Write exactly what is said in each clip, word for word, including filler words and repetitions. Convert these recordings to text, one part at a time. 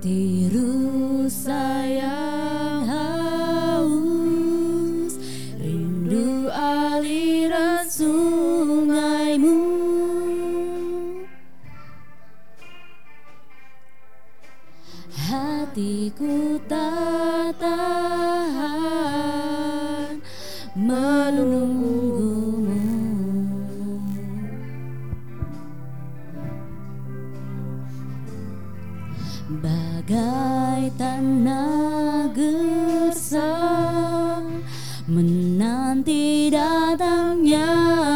Tiru sayang haus, rindu aliran sungaimu. Hatiku tak tahan menunggumu. Bagai tanah gersang menanti datangnya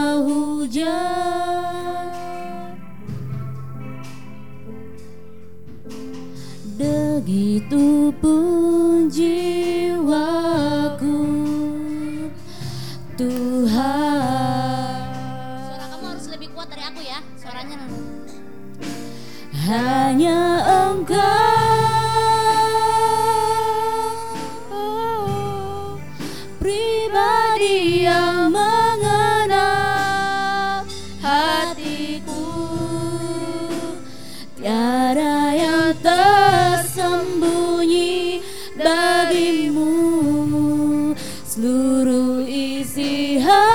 hujan. Begitu pun jiwaku, Tuhan. Suara kamu harus lebih kuat dari aku ya, suaranya. Hanya Engkau, oh, pribadi yang mengenal hatiku. Tiada yang tersembunyi bagimu. Seluruh isi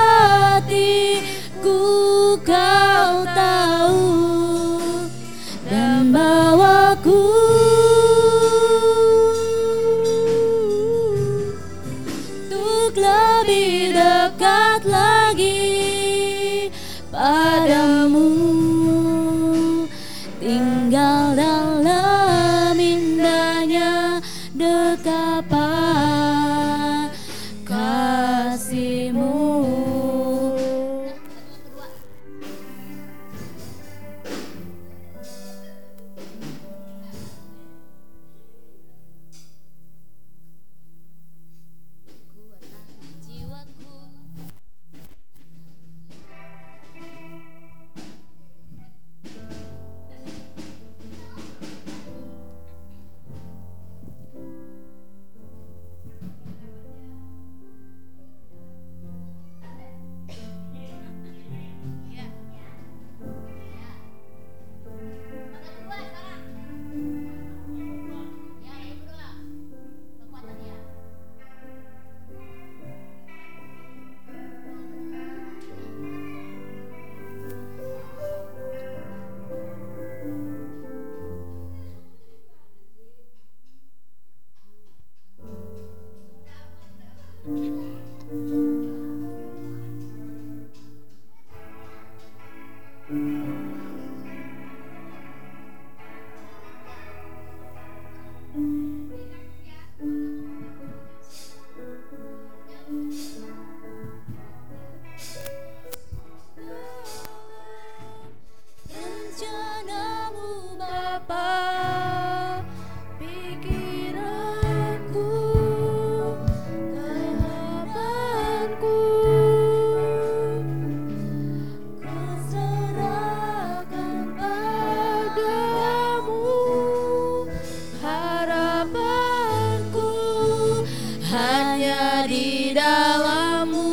hatiku Kau tahu, dan bawaku untuk lebih dekat lagi padamu, tinggal dalam indahnya dekapan kasih-Mu. Rencana-Mu Bapa, pikiranku, harapanku, ku serahkan padamu. Harapanku hanya di dalam-Mu,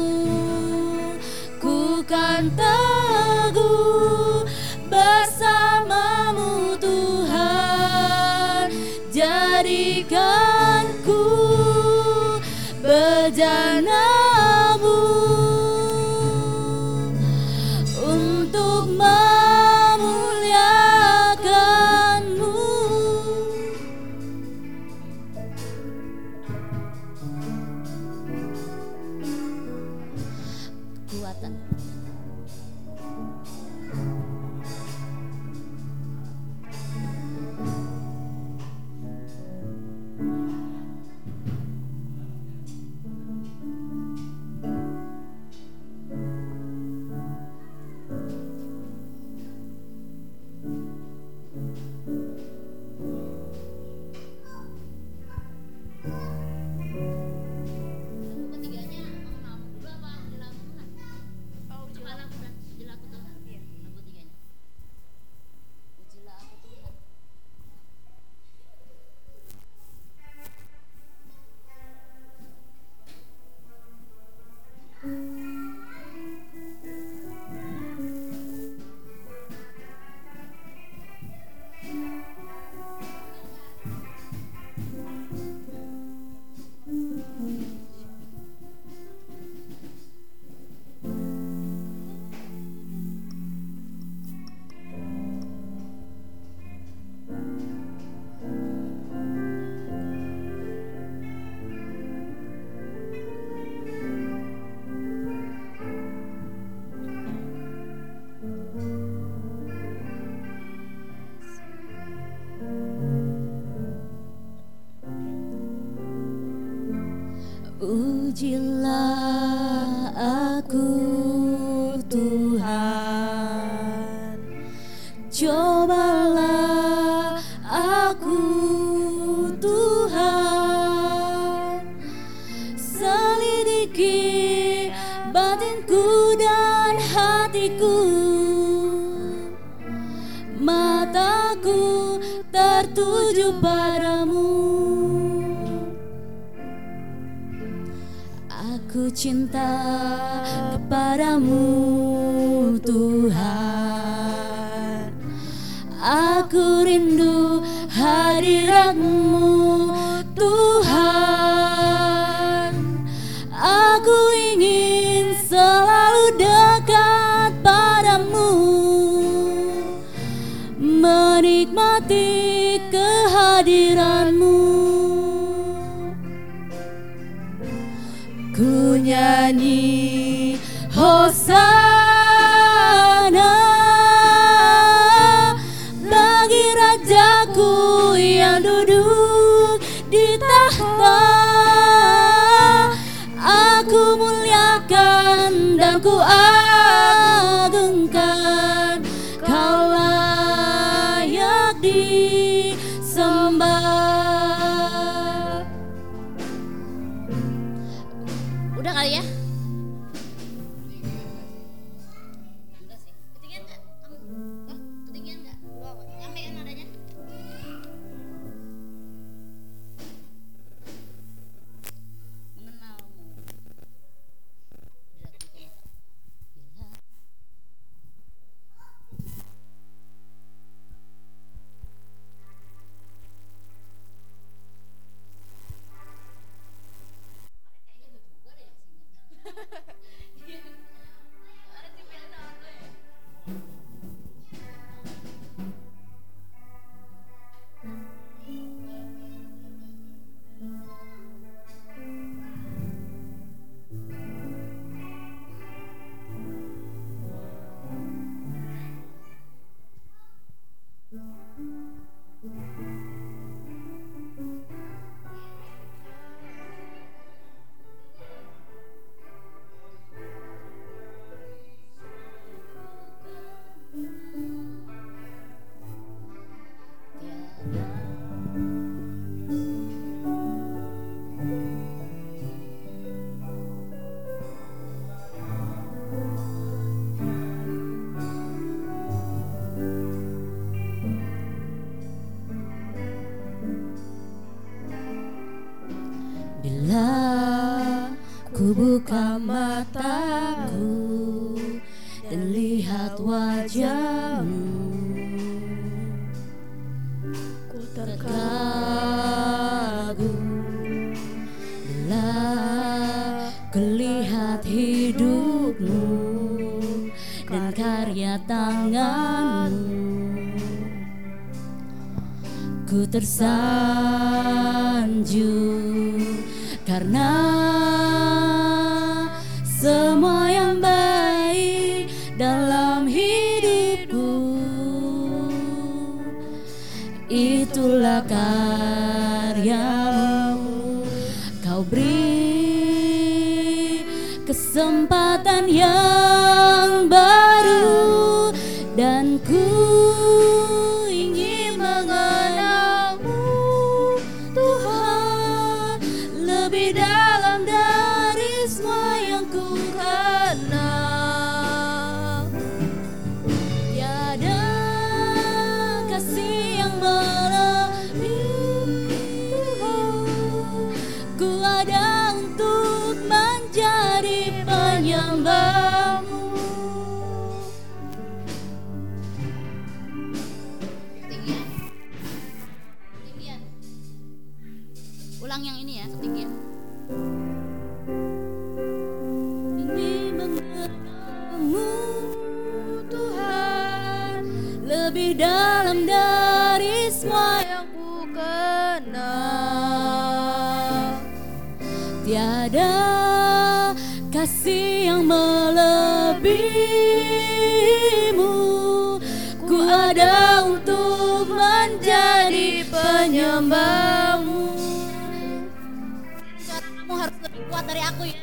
ku kan teguh bersama-Mu Tuhan. Jadikanku bejana-Mu untuk memuliakan-Mu. Kekuatan. Ketiganya mau ngomong dulu apa dilakukan? Oh, Ujilah aku Tuhan, cobalah aku Tuhan, selidiki batinku dan hatiku, mataku tertuju padamu. Aku cinta kepadamu Tuhan, aku rindu hadiratmu Tuhan, aku ingin selalu dekat padamu, menikmati kehadiranmu. Ku nyanyi Hosana bagi Rajaku yang duduk di tahta. Aku muliakan dan ku agungkan, Kau layak disembah. Udah kali ya? Enggak sih. Ketinggian enggak? Kamu? Oh, ketinggian enggak? Oh, nyampe kan nadanya? Mengenalmu. Bila aku kata, bila Bila ku buka mataku dan lihat wajahmu, ku terkagum. Bila ku lihat hidupmu dan karya tanganmu, ku tersanjung karena semua yang baik dalam hidupku itulah karyamu. Kau beri kesempatan yang baru dan ku ingin mengenalmu Tuhan lebih dalam dari semua yang ku kenal. Tiada kasih yang melebihi Tuhan, ku ada untuk menjadi penyembahmu. ketinggian. Ketinggian. Ulang yang ini ya, ketinggian. Ingin mengenalmu Tuhan lebih dalam dari semua yang ku kenal. Tiada kasih yang melebihimu, ku ada untuk menjadi penyembahmu. Suara kamu harus lebih kuat dari aku ya.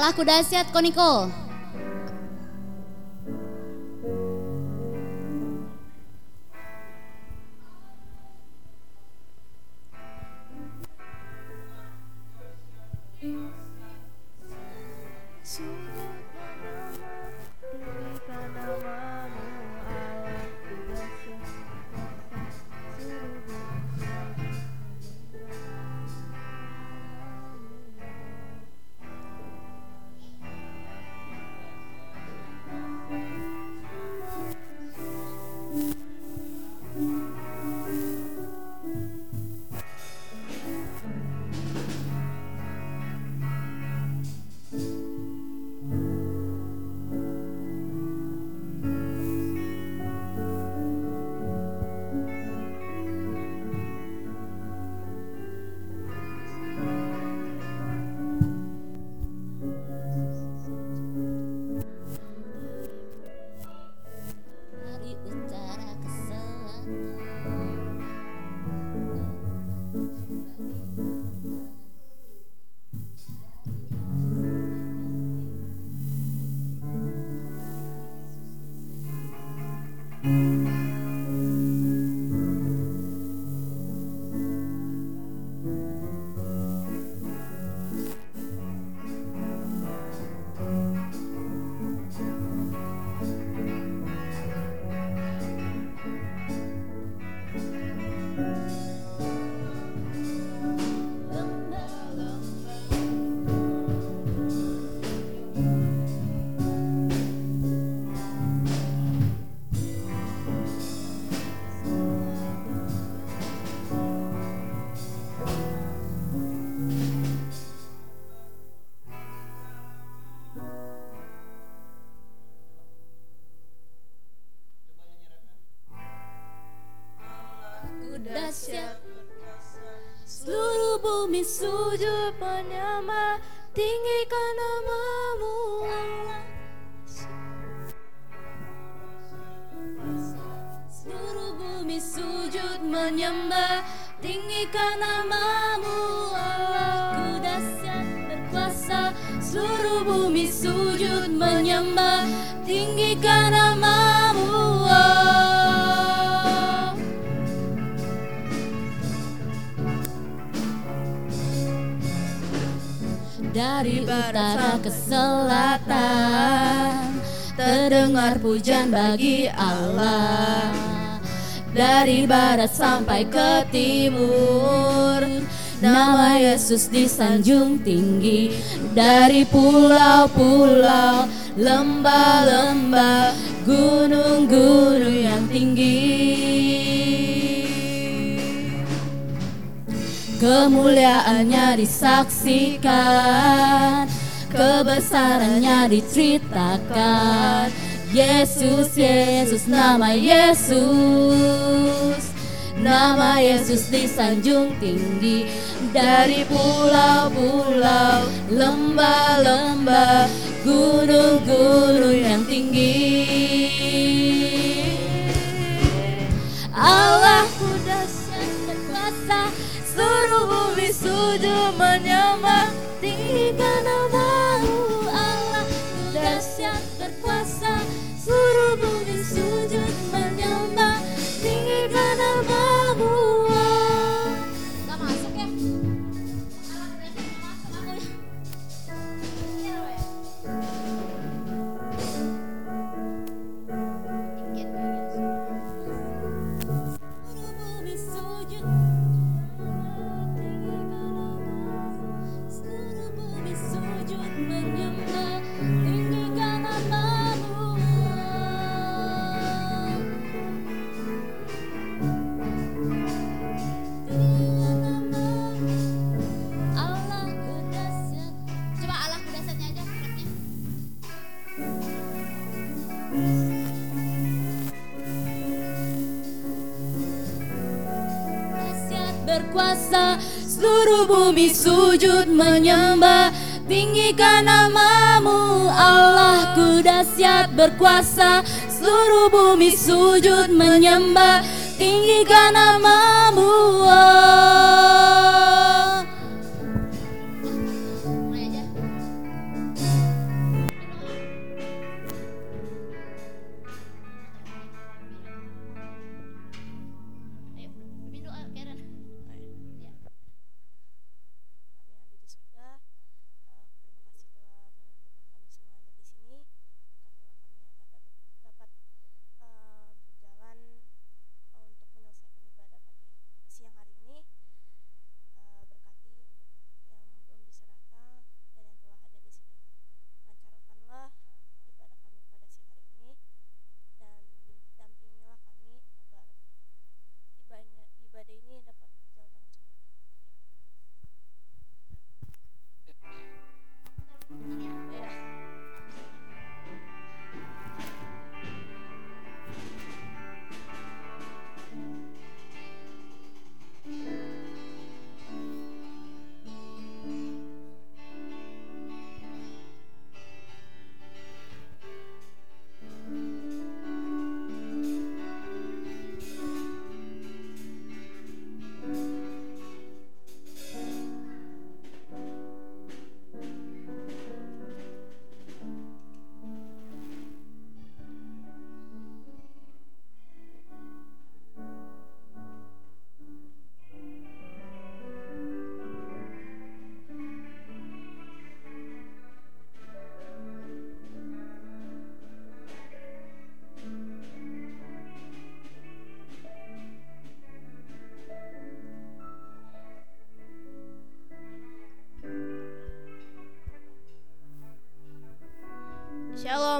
Allahku dahsyat, Koniko. Dahsyat, seluruh bumi sujud menyembah, tinggikan namamu Allah. Seluruh bumi sujud menyembah, tinggikan namamu Allah. Ku dahsyat berkuasa, seluruh bumi sujud menyembah, tinggikan namamu Allah. Dari utara ke selatan terdengar pujian bagi Allah. Dari barat sampai ke timur nama Yesus disanjung tinggi. Dari pulau-pulau, lembah-lembah, gunung-gunung yang tinggi, kemuliaannya disaksikan, kebesarannya diceritakan. Yesus, Yesus, nama Yesus, nama Yesus disanjung tinggi. Dari pulau-pulau, lembah-lembah, gunung-gunung yang tinggi, Allahku dahsyat berkuasa, seluruh bumi sujud menyembah, tinggikan namamu Allah. Dahsyat berkuasa, seluruh bumi sujud menyembah, tinggikan namamu Allah. Gak masuk ya? Alat dasar masuk aku ya. Iya loh ya. Dikit kayaknya. Seluruh bumi sujud, seluruh bumi sujud menyembah, tinggikan namamu Allah. Tinggikan namamu Allahku dahsyat. Coba Allahku dahsyatnya aja rapnya. Dahsyat berkuasa, seluruh bumi sujud menyembah, tinggikan namamu Allahku dahsyat berkuasa, seluruh bumi sujud menyembah, tinggikan namamu Allah. Mulai aja.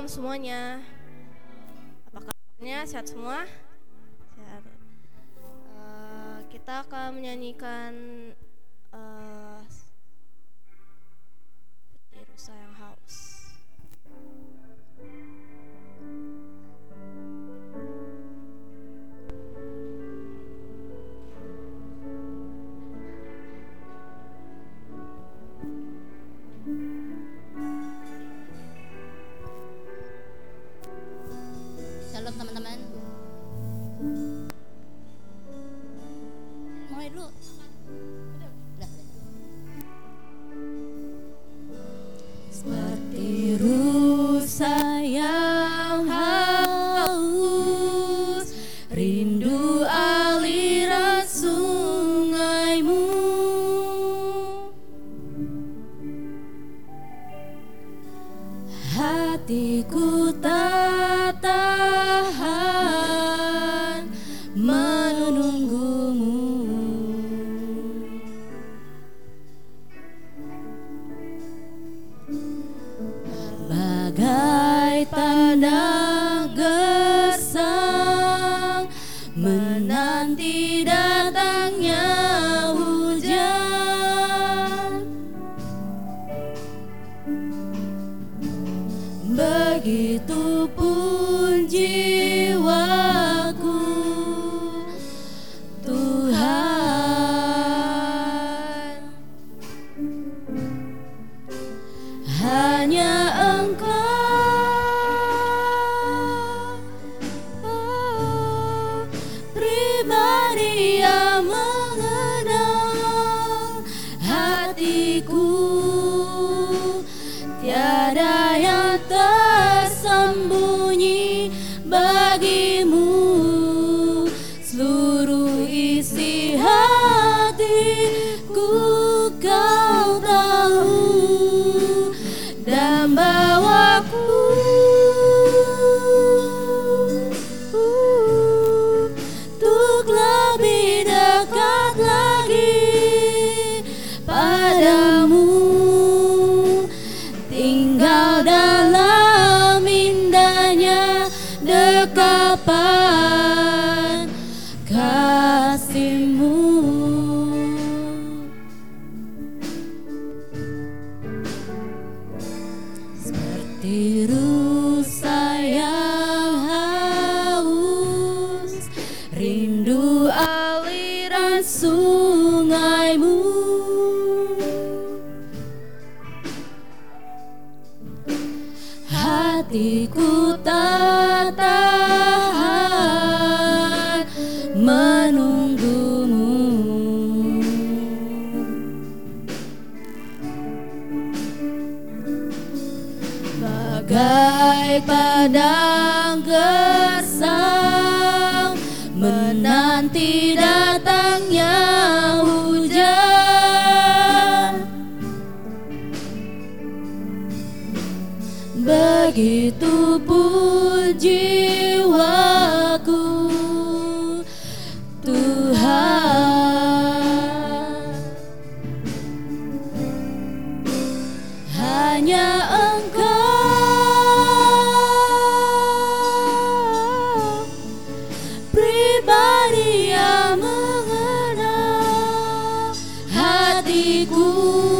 Shalom semuanya. Apa kabarnya? Sehat semua? Sehat. Uh, kita akan menyanyikan uh, seperti rusa yang haus. Shalom teman-teman. Mulai dulu. Udah, udah. Seperti rusa yang haus, rindu aliran sungaimu. Hatiku tak tahan menunggumu. Bagai tanda gersang menanti datangnya hujan. Begitupun jiwaku, Tuhan. Hanya Engkau, oh, pribadi yang mengenal hatiku. Tiada yang tersembunyi bagimu, seluruh isi hatiku Kau tahu, dan bawaku untuk lebih dekat lagi padamu, tinggal dalam indahnya dekapan kasih-Mu. Seperti rusa yang haus, rindu aliran sungaimu. Hatiku tak tahan menunggumu. Bagai padang gersang menanti datangnya hujan. Begitupun jiwaku, Tuhan. Hanya Engkau, pribadi yang mengenal hatiku.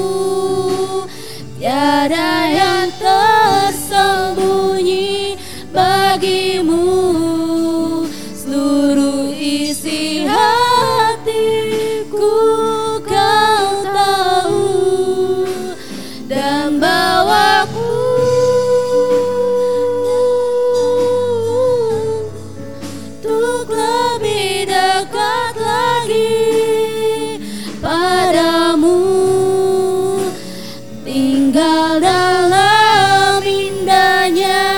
Tiada yang tersembunyi bagimu, seluruh isi hatiku Kau tahu, dan bawaku untuk lebih dekat lagi padamu, tinggal dalam indahnya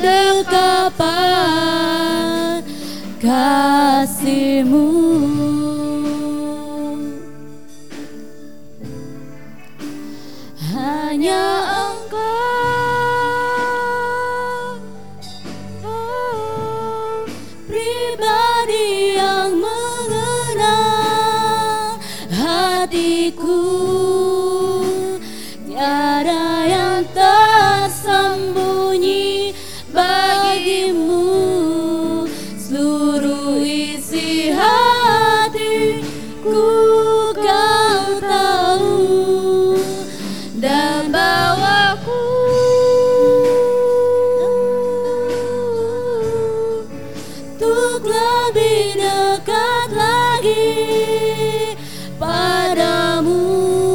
dekapan kasih-Mu. Hanya Engkau, oh, pribadi yang mengenal hatiku. Tiada yang tersembunyi bagimu, seluruh isi hatiku kau tahu, dan bawaku untuk lebih dekat lagi padamu,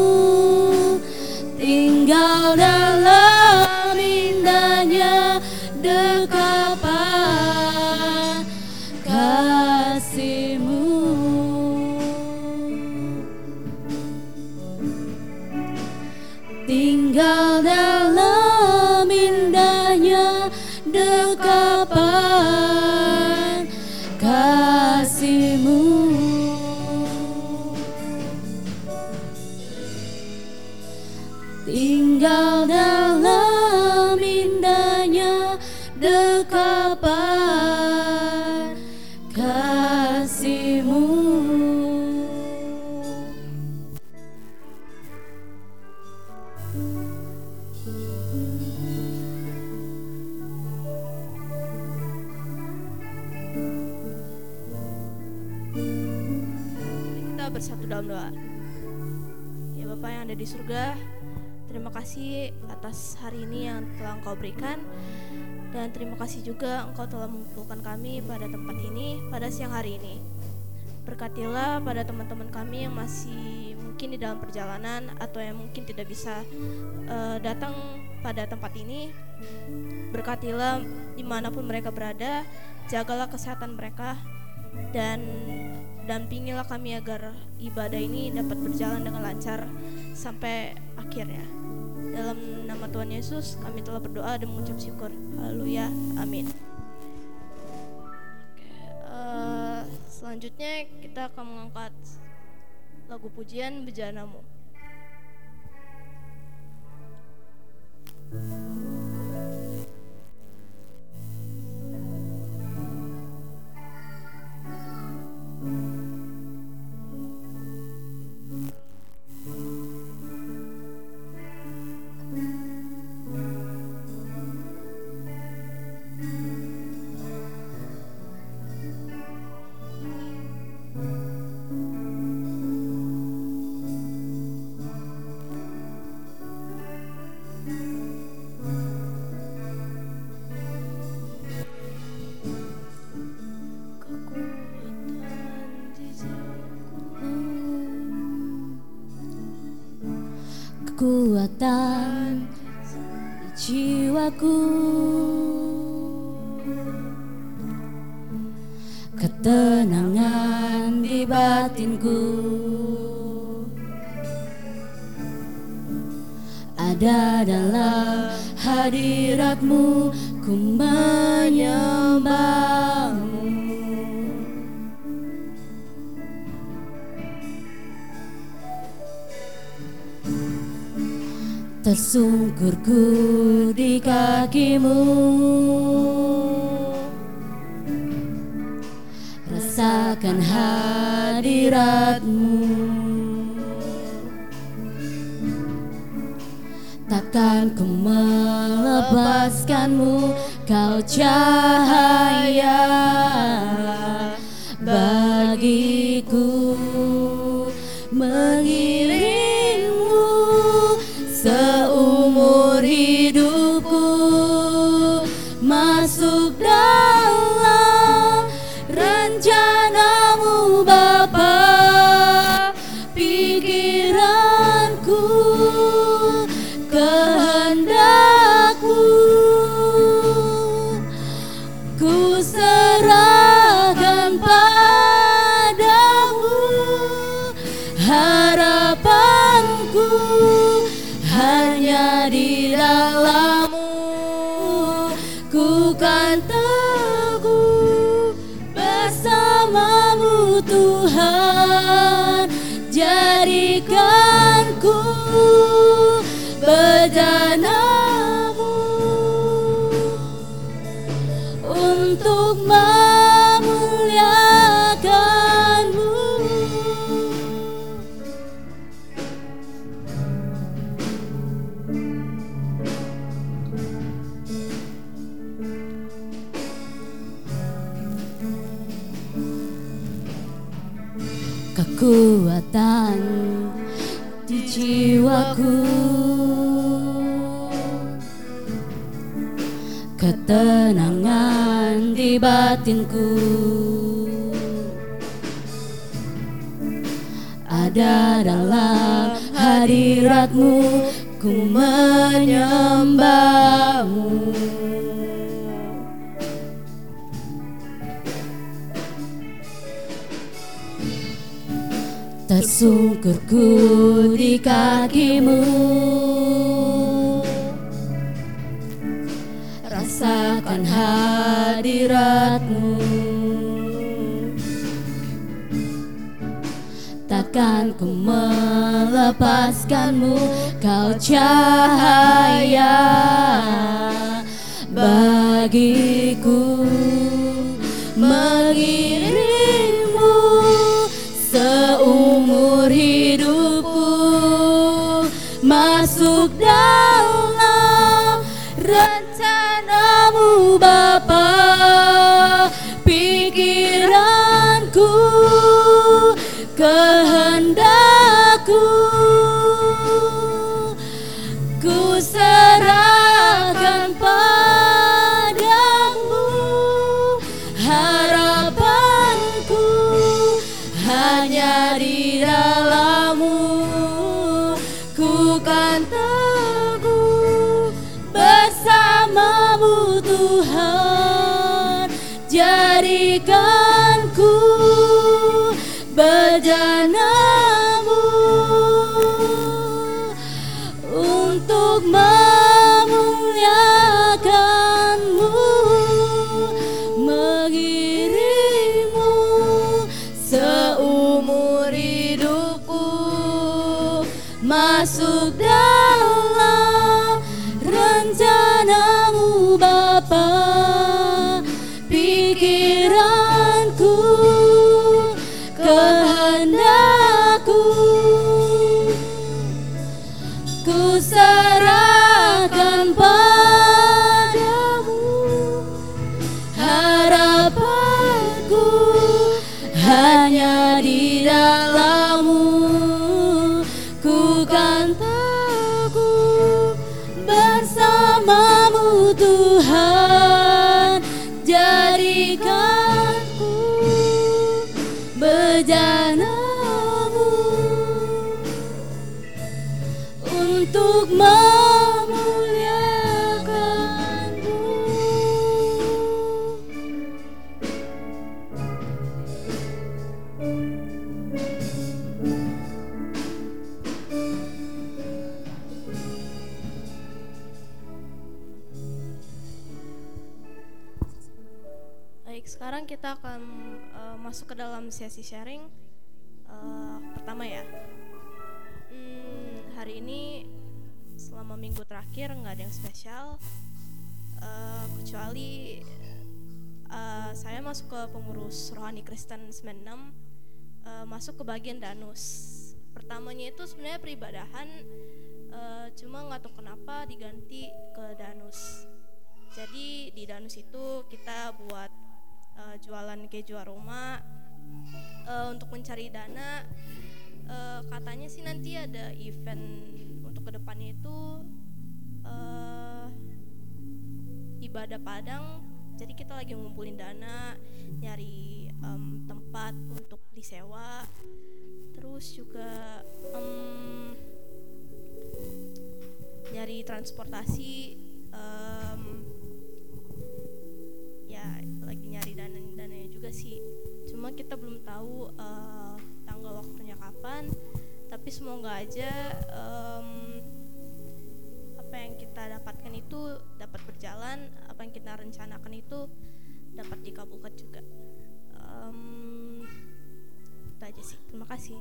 tinggal dalam indahnya dekapan kasih-Mu. Tinggal dalam indahnya dekapan kasih-Mu. Tinggal dalam indahnya dekapan kasih-Mu. Kita bersatu dalam doa. Ya Bapa yang ada di surga, terima kasih atas hari ini yang telah Engkau berikan, dan terima kasih juga Engkau telah mengumpulkan kami pada tempat ini pada siang hari ini. Berkatilah pada teman-teman kami yang masih mungkin di dalam perjalanan atau yang mungkin tidak bisa uh, datang pada tempat ini. Berkatilah dimanapun mereka berada, jagalah kesehatan mereka, dan dampingilah kami agar ibadah ini dapat berjalan dengan lancar sampai akhirnya. Dalam nama Tuhan Yesus kami telah berdoa dan mengucap syukur. Haleluya, amin. Oke, uh, selanjutnya kita akan mengangkat lagu pujian Bejanamu. Kekuatan di jiwaku, ketenangan di batinku, ada dalam hadirat-Mu, ku menyembah-Mu. Tersungkurku di kaki-Mu, rasakan hadirat-Mu. Takkan ku melepaskan-Mu, Kau cahaya bagiku, mengiringmu seumur hidupku, masuk dalam rencana-Mu Bapa. Pikiranku, kehendak-Ku, ku serahkan padamu. Harapanku hanya di dalam-Mu, ku kan teguh bersama-Mu Tuhan. Jadikanku bejana-Mu untuk memuliakan-Mu. kekuatan di jiwaku, ketenangan di batinku. Ada dalam hadiratmu, ku menyembahmu. Tersungkurku di kakimu, rasakan hadiratmu. Takkan ku melepaskanmu, kau cahaya bagiku. Mengiringmu seumur hidupku, masuk dalam rencanamu Bapa. Pikiranku, kehendakku, ku serahkan padamu. Harapanku hanya di dalam-Mu, ku kan teguh bersama-Mu Tuhan. Jadikanku bejana-Mu untuk memuliakan-Mu, mengiringmu seumur hidupku, masuk dalam rencana-Mu Bapa. Pikiranku, kehendakku, ku serahkan padamu. Harapanku hanya di dalam-Mu, ku kan teguh bersama-Mu Tuhan. Jadikanku bejana-Mu untuk memuliakan-Mu. Baik, sekarang kita akan uh, masuk ke dalam sesi sharing uh, pertama ya. Hmm, hari ini selama minggu terakhir nggak ada yang spesial, uh, kecuali uh, saya masuk ke pengurus rohani Kristen sembilan puluh enam, uh, masuk ke bagian danus. Pertamanya itu sebenarnya peribadahan, uh, cuma nggak tahu kenapa diganti ke danus. Jadi di danus itu kita buat Uh, jualan keju aroma uh, untuk mencari dana. Uh, katanya sih nanti ada event untuk kedepannya itu uh, ibadah Padang. Jadi kita lagi ngumpulin dana, nyari um, tempat untuk disewa, terus juga um, nyari transportasi. Um, ya lagi nyari dana-dananya juga sih, cuma kita belum tahu uh, tanggal waktunya kapan. Tapi semoga aja um, apa yang kita dapatkan itu dapat berjalan, apa yang kita rencanakan itu dapat dikabulkan juga. Um, itu aja sih, terima kasih.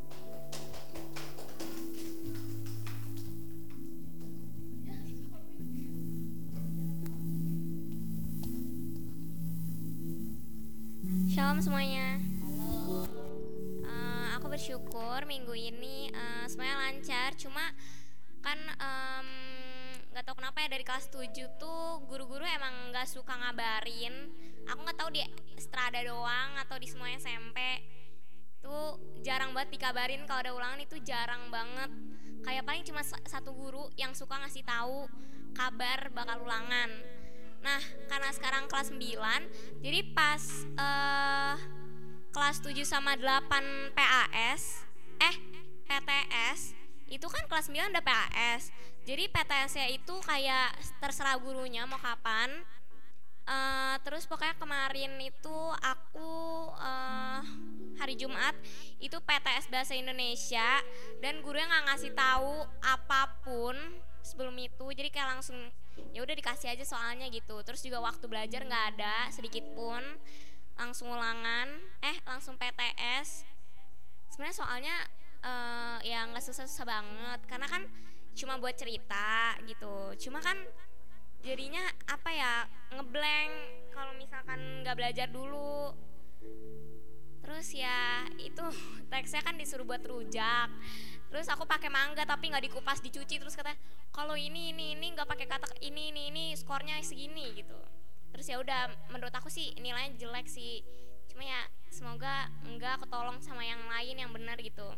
Shalom semuanya. Uh, aku bersyukur minggu ini uh, semuanya lancar. Cuma kan nggak um, tahu kenapa ya dari kelas tujuh tuh guru-guru emang nggak suka ngabarin. Aku nggak tahu di Strada doang atau di semua S M P. Tuh jarang banget dikabarin kalau ada ulangan, itu jarang banget. Kayak paling cuma satu guru yang suka ngasih tahu kabar bakal ulangan. Nah, karena sekarang kelas sembilan, jadi pas uh, kelas tujuh sama delapan P A S, eh P T S, itu kan kelas sembilan udah P A S. Jadi P T S-nya itu kayak terserah gurunya mau kapan. Uh, terus pokoknya kemarin itu aku uh, hari Jumat itu P T S Bahasa Indonesia dan gurunya nggak ngasih tahu apapun sebelum itu, jadi kayak langsung ya udah dikasih aja soalnya gitu. Terus juga waktu belajar nggak ada sedikit pun, langsung ulangan, eh langsung P T S. Sebenarnya soalnya uh, ya nggak susah-susah banget karena kan cuma buat cerita gitu. Cuma kan jadinya apa ya, ngeblank kalau misalkan nggak belajar dulu. Terus ya itu teksnya kan disuruh buat rujak, terus aku pakai mangga tapi nggak dikupas dicuci, terus katanya kalau ini ini ini nggak pakai kata ini ini ini skornya segini gitu. Terus ya udah, menurut aku sih nilainya jelek sih, cuma ya semoga enggak ketolong sama yang lain yang benar gitu.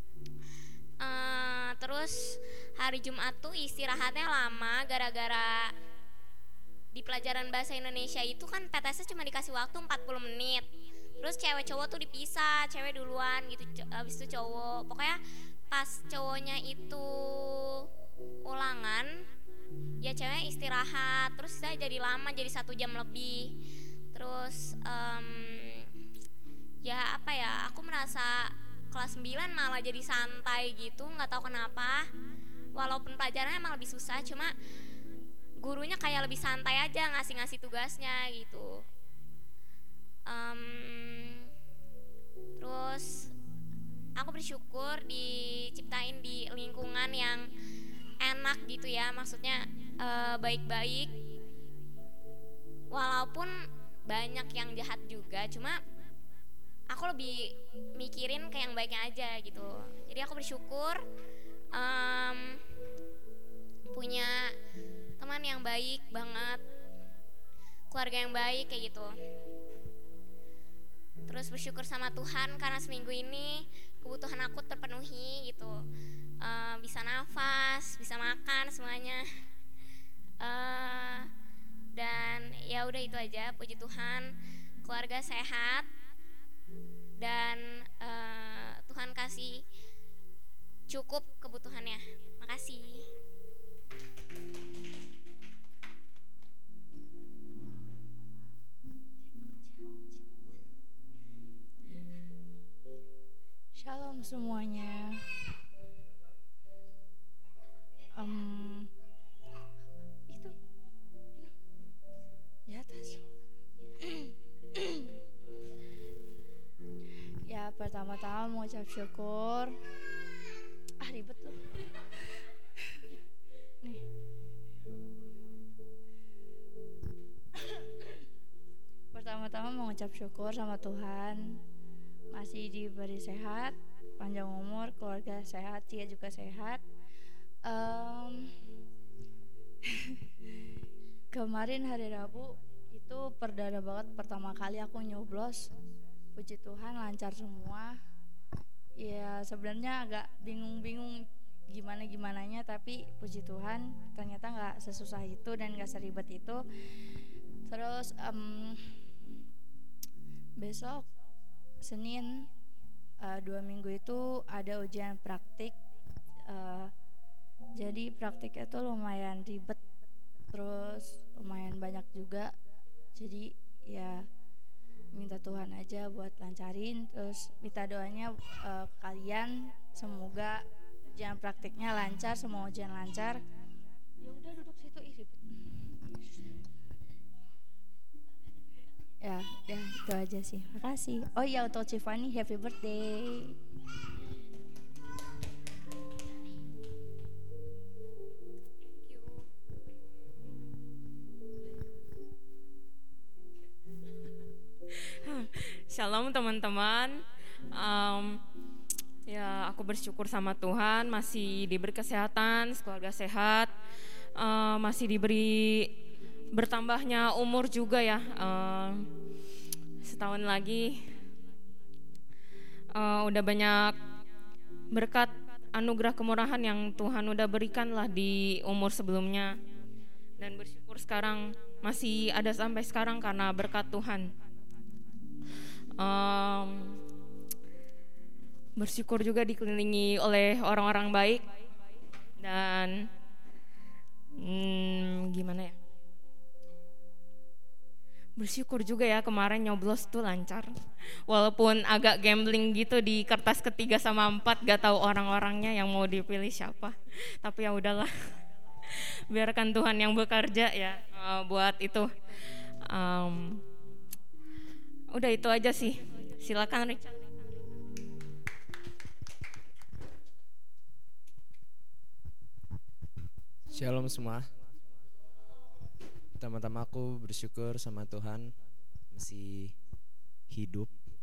Uh, terus hari Jumat tuh istirahatnya lama gara-gara di pelajaran bahasa Indonesia itu kan P T S cuma dikasih waktu empat puluh menit. Terus cewek cowok tuh dipisah, cewek duluan gitu, habis itu cowok. Pokoknya pas cowoknya itu ulangan, ya ceweknya istirahat. Terus saya jadi lama, jadi satu jam lebih. Terus um, ya apa ya, aku merasa kelas sembilan malah jadi santai gitu, nggak tahu kenapa. Walaupun pelajarannya emang lebih susah, cuma gurunya kayak lebih santai aja ngasih-ngasih tugasnya gitu. Um, terus aku bersyukur diciptain di lingkungan yang enak gitu ya, maksudnya uh, baik-baik. Walaupun banyak yang jahat juga, cuma aku lebih mikirin kayak yang baiknya aja gitu. Jadi aku bersyukur um, punya teman yang baik banget, keluarga yang baik kayak gitu. Terus bersyukur sama Tuhan karena seminggu ini kebutuhan aku terpenuhi gitu, uh, bisa nafas, bisa makan semuanya, uh, dan ya udah itu aja. Puji Tuhan, keluarga sehat dan uh, Tuhan kasih cukup kebutuhannya. Makasih. Shalom semuanya. Um, itu di atas. Ya, pertama-tama mau ucap syukur. Ah, ribet tuh. Nih. Pertama-tama mau ucap syukur sama Tuhan, masih diberi sehat, panjang umur, keluarga sehat, Cia juga sehat. Um, kemarin hari Rabu itu perdana banget, pertama kali aku nyoblos. Puji Tuhan lancar semua. Ya sebenarnya agak bingung-bingung gimana gimananya, tapi puji Tuhan ternyata nggak sesusah itu dan nggak seribet itu. Terus um, besok Senin uh, dua minggu itu ada ujian praktik, uh, jadi praktiknya tuh lumayan ribet, terus lumayan banyak juga. Jadi ya minta Tuhan aja buat lancarin, terus minta doanya uh, kalian semoga ujian praktiknya lancar, semua ujian lancar. Ya udah duduk situ, ih ribet. Ya, ya itu aja sih. Makasih. Oh iya, untuk Cifani happy birthday. Shalom teman-teman. Um, ya aku bersyukur sama Tuhan masih diberi kesehatan, keluarga sehat, uh, masih diberi bertambahnya umur juga ya, uh, setahun lagi. uh, udah banyak berkat anugerah kemurahan yang Tuhan udah berikan lah di umur sebelumnya, dan bersyukur sekarang masih ada sampai sekarang karena berkat Tuhan. Um, bersyukur juga dikelilingi oleh orang-orang baik dan hmm, gimana ya? Bersyukur juga ya kemarin nyoblos tuh lancar. Walaupun agak gambling gitu di kertas ketiga sama empat, gak tahu orang-orangnya yang mau dipilih siapa. Tapi ya udahlah. Biarkan Tuhan yang bekerja ya uh, buat itu. Um, udah itu aja sih. Silakan Richard. Shalom semua. Pertama-tama aku bersyukur sama Tuhan masih hidup.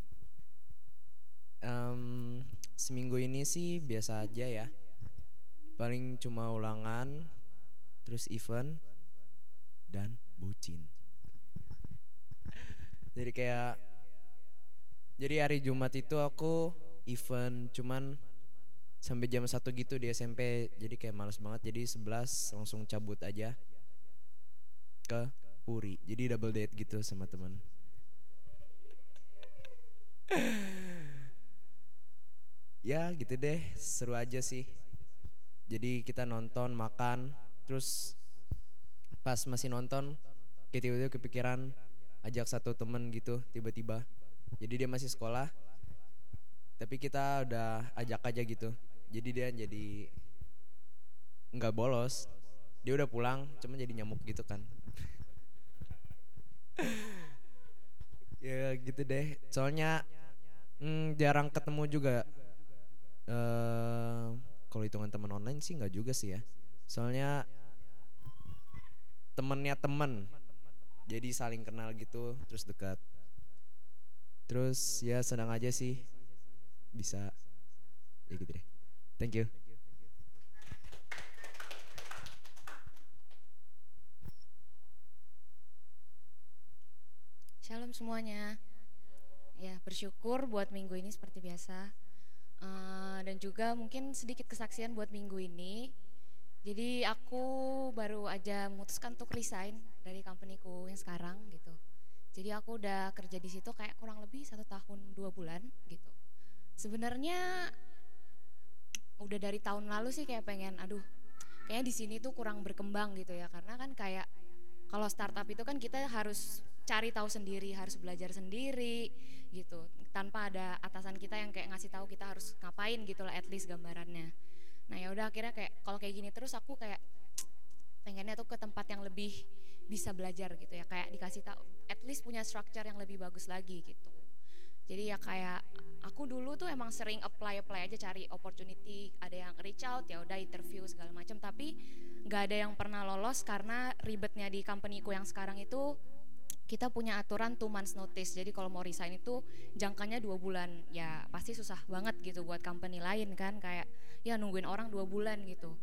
Um, seminggu ini sih biasa aja ya. Paling cuma ulangan, terus event, dan bucin. Jadi kayak, jadi hari Jumat itu aku event cuman sampai jam satu gitu di S M P. Jadi kayak males banget, jadi sebelas langsung cabut aja ke Puri, jadi double date gitu sama teman. Ya gitu deh, seru aja sih. Jadi kita nonton, makan, terus pas masih nonton kayak tiba-tiba kepikiran ajak satu temen gitu tiba-tiba. Jadi dia masih sekolah, tapi kita udah ajak aja gitu. Jadi dia jadi nggak bolos, dia udah pulang, cuma jadi nyamuk gitu kan. Ya gitu deh, soalnya mm, jarang ketemu juga. uh, Kalau hitungan teman online sih nggak juga sih ya, soalnya temennya temen, jadi saling kenal gitu, terus dekat. Terus ya senang aja sih bisa ya gitu deh. Thank you. Shalom semuanya. Ya, bersyukur buat minggu ini seperti biasa. Uh, dan juga mungkin sedikit kesaksian buat minggu ini. Jadi aku baru aja memutuskan untuk resign dari companyku yang sekarang gitu. Jadi aku udah kerja di situ kayak kurang lebih satu tahun dua bulan gitu. Sebenarnya udah dari tahun lalu sih kayak pengen, aduh, kayaknya di sini tuh kurang berkembang gitu ya. Karena kan kayak kalau startup itu kan kita harus cari tahu sendiri, harus belajar sendiri gitu, tanpa ada atasan kita yang kayak ngasih tahu kita harus ngapain gitu lah, at least gambarannya. Nah ya udah akhirnya kayak kalau kayak gini terus aku kayak pengennya tuh ke tempat yang lebih bisa belajar gitu ya, kayak dikasih tahu, at least punya structure yang lebih bagus lagi gitu. Jadi ya kayak aku dulu tuh emang sering apply apply aja cari opportunity, ada yang reach out ya udah interview segala macam, tapi nggak ada yang pernah lolos karena ribetnya di companyku yang sekarang itu kita punya aturan two months notice. Jadi kalau mau resign itu jangkanya dua bulan. Ya pasti susah banget gitu buat company lain kan, kayak ya nungguin orang dua bulan gitu.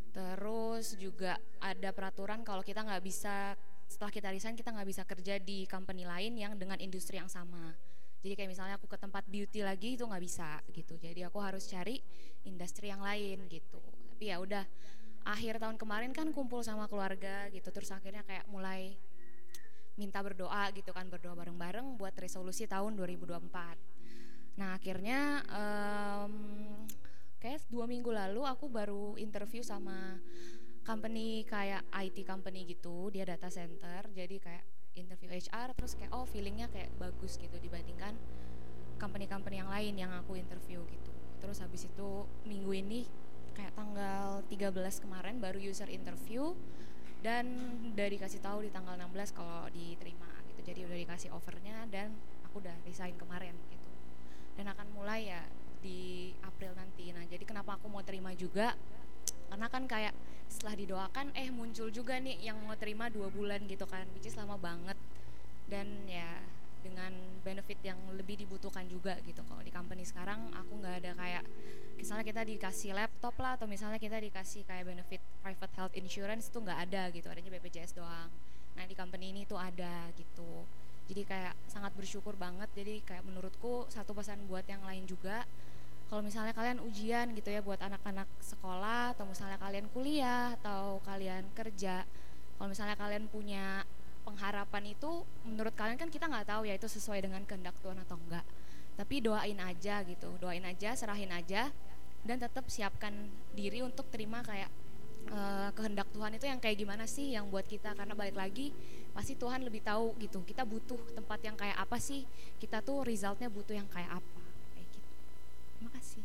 Terus juga ada peraturan kalau kita nggak bisa, setelah kita resign kita nggak bisa kerja di company lain yang dengan industri yang sama. Jadi kayak misalnya aku ke tempat beauty lagi itu nggak bisa gitu. Jadi aku harus cari industri yang lain gitu. Tapi ya udah, akhir tahun kemarin kan kumpul sama keluarga gitu. Terus akhirnya kayak mulai minta berdoa gitu kan, berdoa bareng-bareng buat resolusi tahun dua ribu dua puluh empat. Nah akhirnya um, kayak dua minggu lalu aku baru interview sama company kayak I T company gitu, dia data center. Jadi kayak interview H R, terus kayak oh feelingnya kayak bagus gitu dibandingkan company-company yang lain yang aku interview gitu. Terus habis itu minggu ini kayak tanggal tiga belas kemarin baru user interview, dan udah dikasih tahu di tanggal enam belas kalau diterima gitu. Jadi udah dikasih offernya dan aku udah resign kemarin gitu. Dan akan mulai ya di April nanti. Nah jadi kenapa aku mau terima juga, karena kan kayak setelah didoakan eh muncul juga nih yang mau terima dua bulan gitu kan, which is lama banget. Dan ya dengan benefit yang lebih dibutuhkan juga gitu. Kalau di company sekarang aku nggak ada kayak misalnya kita dikasih laptop lah, atau misalnya kita dikasih kayak benefit private health insurance, itu nggak ada gitu, adanya B P J S doang. Nah di company ini tuh ada gitu. Jadi kayak sangat bersyukur banget. Jadi kayak menurutku satu pesan buat yang lain juga, kalau misalnya kalian ujian gitu ya, buat anak-anak sekolah atau misalnya kalian kuliah atau kalian kerja, kalau misalnya kalian punya pengharapan itu, menurut kalian kan kita nggak tahu ya itu sesuai dengan kehendak Tuhan atau enggak, tapi doain aja gitu, doain aja, serahin aja, dan tetap siapkan diri untuk terima kayak uh, kehendak Tuhan itu yang kayak gimana sih yang buat kita, karena balik lagi pasti Tuhan lebih tahu gitu, kita butuh tempat yang kayak apa sih, kita tuh resultnya butuh yang kayak apa. Terima kasih.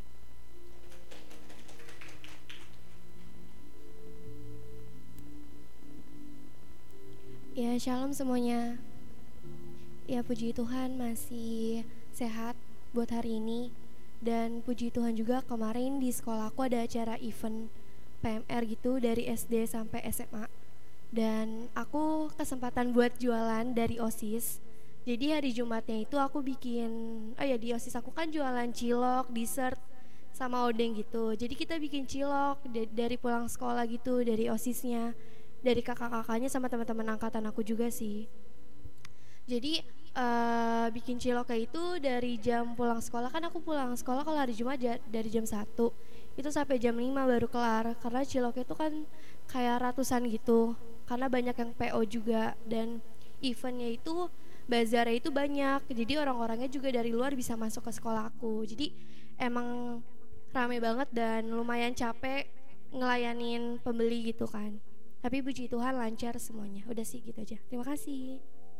Ya, shalom semuanya. Ya, puji Tuhan masih sehat buat hari ini. Dan puji Tuhan juga kemarin di sekolahku ada acara event P M R gitu dari S D sampai S M A. Dan aku kesempatan buat jualan dari OSIS. Jadi hari Jumatnya itu aku bikin, oh ya di OSIS aku kan jualan cilok, dessert, sama odeng gitu. Jadi kita bikin cilok d- dari pulang sekolah gitu, dari OSISnya, dari kakak-kakaknya sama teman-teman angkatan aku juga sih. Jadi uh, bikin cilok kayak itu dari jam pulang sekolah, kan aku pulang sekolah kalau hari Jumat j- dari jam satu, itu sampai jam lima baru kelar. Karena ciloknya itu kan kayak ratusan gitu, karena banyak yang P O juga, dan eventnya itu bazarnya itu banyak, jadi orang-orangnya juga dari luar bisa masuk ke sekolah aku. Jadi emang rame banget dan lumayan capek ngelayanin pembeli gitu kan. Tapi puji Tuhan lancar semuanya. Udah sih gitu aja. Terima kasih.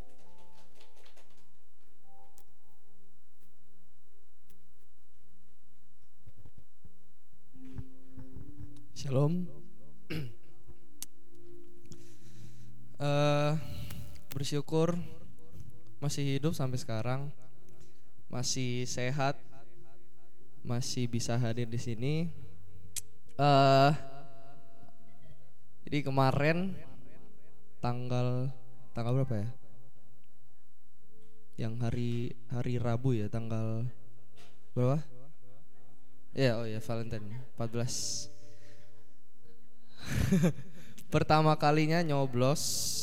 Shalom. uh, bersyukur masih hidup sampai sekarang, masih sehat, masih bisa hadir di sini. Uh, jadi kemarin tanggal tanggal berapa ya? Yang hari hari Rabu ya, tanggal berapa? Ya, oh ya, Valentine empat belas. Pertama kalinya nyoblos.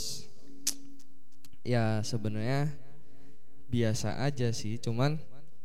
Ya sebenarnya biasa aja sih, cuman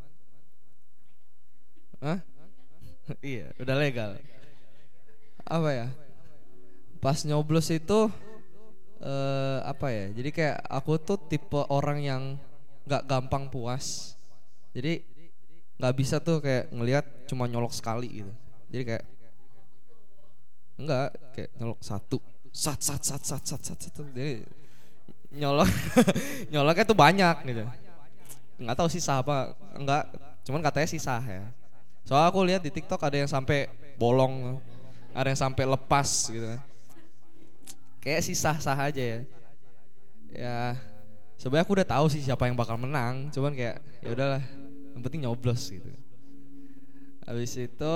Hah? Iya, udah legal. Apa ya? Pas nyoblos itu eh, apa ya? Jadi kayak aku tuh tipe orang yang nggak gampang puas. Jadi nggak bisa tuh kayak ngelihat cuma nyolok sekali gitu. Jadi kayak enggak, kayak nyolok satu, sat sat sat sat sat sat sat. Jadi nyolok nyoloknya tuh banyak gitu. Nggak tahu sisa apa enggak, cuman katanya sisa ya. Soalnya aku lihat di TikTok ada yang sampai bolong, ada yang sampai lepas gitu kan. Kayak sisa-sah aja ya. Ya sebenarnya aku udah tahu sih siapa yang bakal menang, cuman kayak ya udahlah, yang penting nyoblos gitu. Habis itu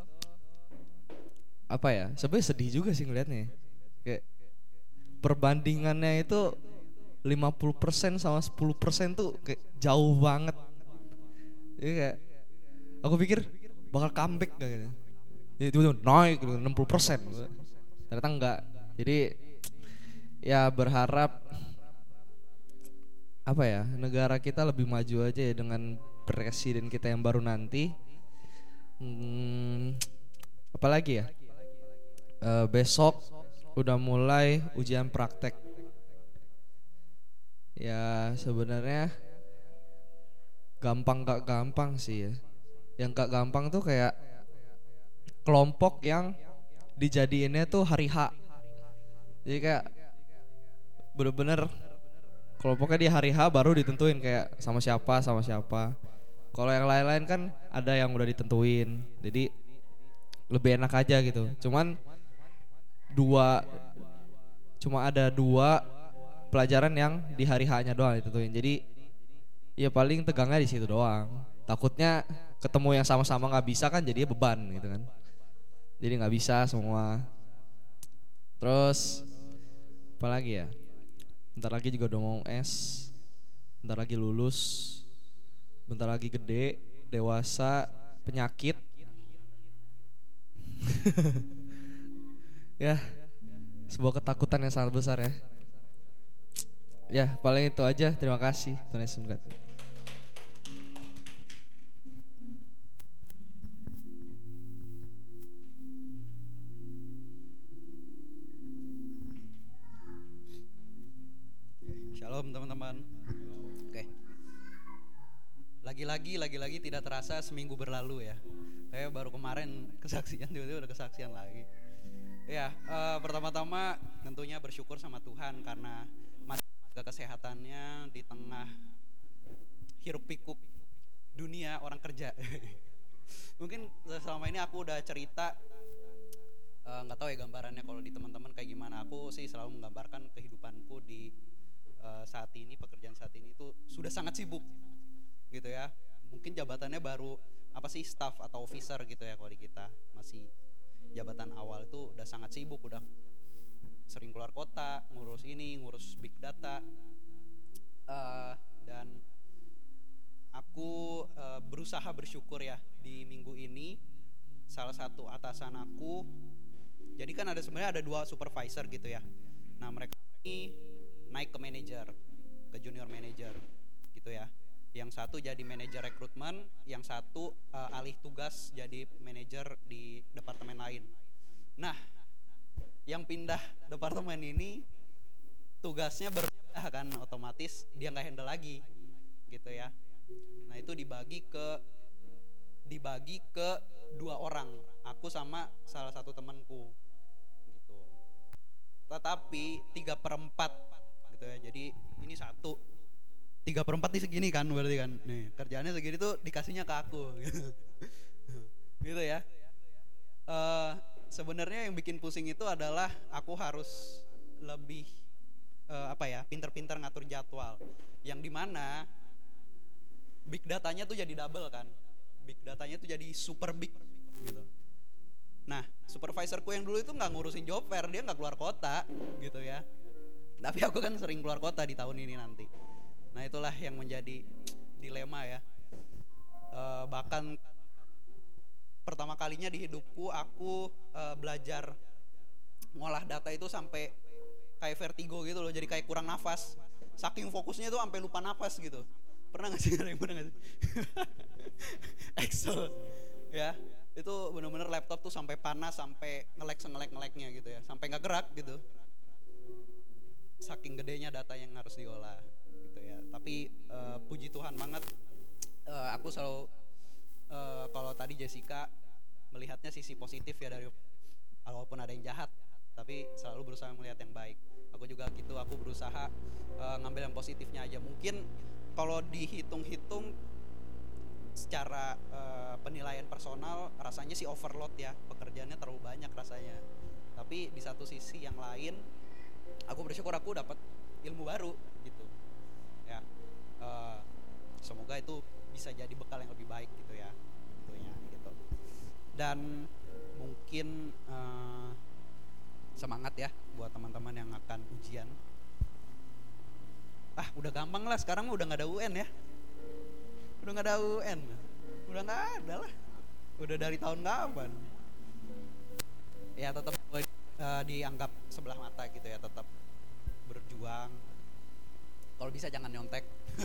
apa ya? Sebenarnya sedih juga sih ngelihatnya. Kayak perbandingannya itu lima puluh persen sama sepuluh persen tuh kayak jauh banget. Jadi kayak aku pikir bakal comeback gak gitu. Jadi tiba-tiba naik enam puluh persen. Ternyata enggak. Jadi ya berharap apa ya, negara kita lebih maju aja ya dengan presiden kita yang baru nanti. Hmm, apalagi ya? Uh, besok udah mulai ujian praktek. Ya sebenarnya gampang gak gampang sih ya. Yang gak gampang tuh kayak kelompok yang dijadiinnya tuh hari H. Jadi kayak bener-bener kelompoknya di hari H baru ditentuin kayak sama siapa sama siapa. Kalau yang lain-lain kan ada yang udah ditentuin, jadi lebih enak aja gitu. Cuman dua cuma ada dua pelajaran yang di hari H-nya doang ditentuin. Jadi ya paling tegangnya di situ doang. Takutnya ketemu yang sama-sama nggak bisa kan jadinya beban gitu kan. Jadi nggak bisa semua. Terus apa lagi ya? Bentar lagi juga udah mau U S. Bentar lagi lulus. Bentar lagi gede, dewasa, penyakit. Ya, sebuah ketakutan yang sangat besar ya. Ya paling itu aja, terima kasih Tuhan Yesus memberkati. Shalom teman-teman. Oke. Lagi-lagi, lagi-lagi tidak terasa seminggu berlalu ya. Kayak baru kemarin kesaksian, tiba-tiba udah kesaksian lagi. Ya, uh, pertama-tama tentunya bersyukur sama Tuhan karena masih ada kesehatannya di tengah hiruk pikuk dunia orang kerja. Mungkin selama ini aku udah cerita, nggak uh, tahu ya gambarannya kalau di teman-teman kayak gimana. Aku sih selalu menggambarkan kehidupanku di uh, saat ini, pekerjaan saat ini itu sudah sangat sibuk, gitu ya. Mungkin jabatannya baru apa sih staff atau officer gitu ya kalau di kita masih jabatan awal itu udah sangat sibuk, udah sering keluar kota, ngurus ini, ngurus big data, uh, dan aku uh, berusaha bersyukur ya di minggu ini. Salah satu atasan aku, jadi kan ada sebenarnya ada dua supervisor gitu ya. Nah mereka ini naik ke manajer, ke junior manager gitu ya. Yang satu jadi manajer rekrutmen, yang satu uh, alih tugas jadi manajer di departemen lain. Nah, yang pindah departemen ini tugasnya berbeda kan, otomatis dia nggak handle lagi, gitu ya. Nah itu dibagi ke dibagi ke dua orang, aku sama salah satu temanku, gitu. Tetapi tiga perempat, gitu ya. Jadi ini satu. Tiga per empat nih segini kan berarti kan, nih kerjaannya segini tuh dikasihnya ke aku, gitu, gitu ya. Uh, Sebenarnya yang bikin pusing itu adalah aku harus lebih uh, apa ya, pinter-pinter ngatur jadwal, yang dimana big datanya tuh jadi double kan, big datanya tuh jadi super big, gitu. Nah supervisorku yang dulu itu nggak ngurusin job fair, dia nggak keluar kota, gitu ya. Tapi aku kan sering keluar kota di tahun ini nanti. Nah itulah yang menjadi dilema ya. E, bahkan pertama kalinya di hidupku aku e, belajar ngolah data itu sampai kayak vertigo gitu loh. Jadi kayak kurang nafas. Saking fokusnya tuh sampai lupa nafas gitu. Pernah gak sih? Pernah gak sih? Excel ya. Itu bener-bener laptop tuh sampai panas, sampai ngelek sengelek ngeleknya gitu ya. Sampai gak gerak gitu. Saking gedenya data yang harus diolah. Tapi uh, puji Tuhan banget, uh, aku selalu uh, kalau tadi Jessica melihatnya sisi positif ya, dari walaupun ada yang jahat, tapi selalu berusaha melihat yang baik. Aku juga gitu, aku berusaha uh, ngambil yang positifnya aja. Mungkin kalau dihitung-hitung secara uh, penilaian personal, rasanya sih overload ya, pekerjaannya terlalu banyak rasanya. Tapi di satu sisi yang lain, aku bersyukur aku dapat ilmu baru gitu. Ya, uh, semoga itu bisa jadi bekal yang lebih baik gitu ya, tentunya gitu. Dan mungkin uh, semangat ya buat teman-teman yang akan ujian. Ah, udah gampang lah sekarang, udah nggak ada U N ya, udah nggak ada U N, udah nggak ada lah, udah dari tahun kapan? Ya tetap uh, dianggap sebelah mata gitu ya, tetap berjuang. Kalau bisa jangan nyontek.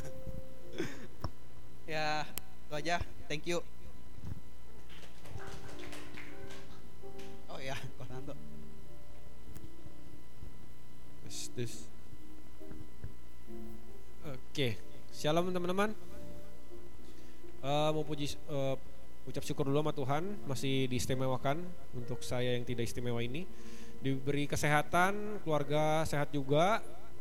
Ya, itu aja. Thank you. Oh ya, Konanto. Tes. Oke, shalom teman-teman. Uh, mau puji, uh, ucap syukur dulu sama Tuhan masih diistimewakan untuk saya yang tidak istimewa ini. Diberi kesehatan, keluarga sehat juga.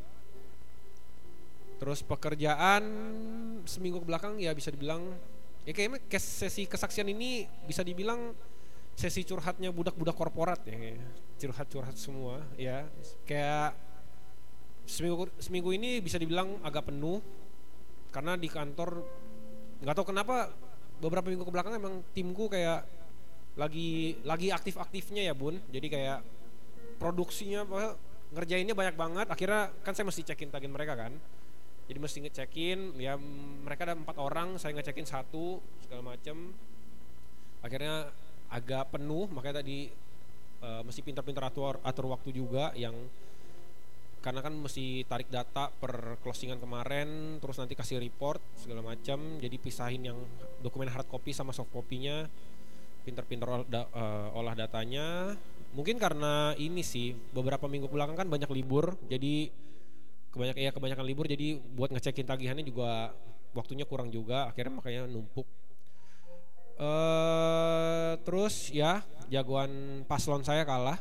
Terus pekerjaan seminggu ke belakang ya bisa dibilang ya kayaknya sesi kesaksian ini bisa dibilang sesi curhatnya budak-budak korporat ya, curhat-curhat semua ya. Kayak seminggu seminggu ini bisa dibilang agak penuh karena di kantor nggak tahu kenapa beberapa minggu ke belakang emang timku kayak lagi lagi aktif-aktifnya ya Bun. Jadi kayak produksinya ngerjainnya banyak banget. Akhirnya kan saya mesti cekin tagihan mereka kan. Jadi mesti ngecekin, ya mereka ada empat orang, saya ngecekin satu segala macem. Akhirnya agak penuh, makanya tadi uh, mesti pintar-pintar atur atur waktu juga yang karena kan mesti tarik data per closingan kemarin, terus nanti kasih report segala macam, jadi pisahin yang dokumen hard copy sama soft copy-nya, pinter-pinter ol, da, uh, olah datanya. Mungkin karena ini sih beberapa minggu belakang kan banyak libur, jadi kebanyakan ya kebanyakan libur, jadi buat ngecekin tagihannya juga waktunya kurang juga, akhirnya makanya numpuk. Uh, terus ya jagoan paslon saya kalah.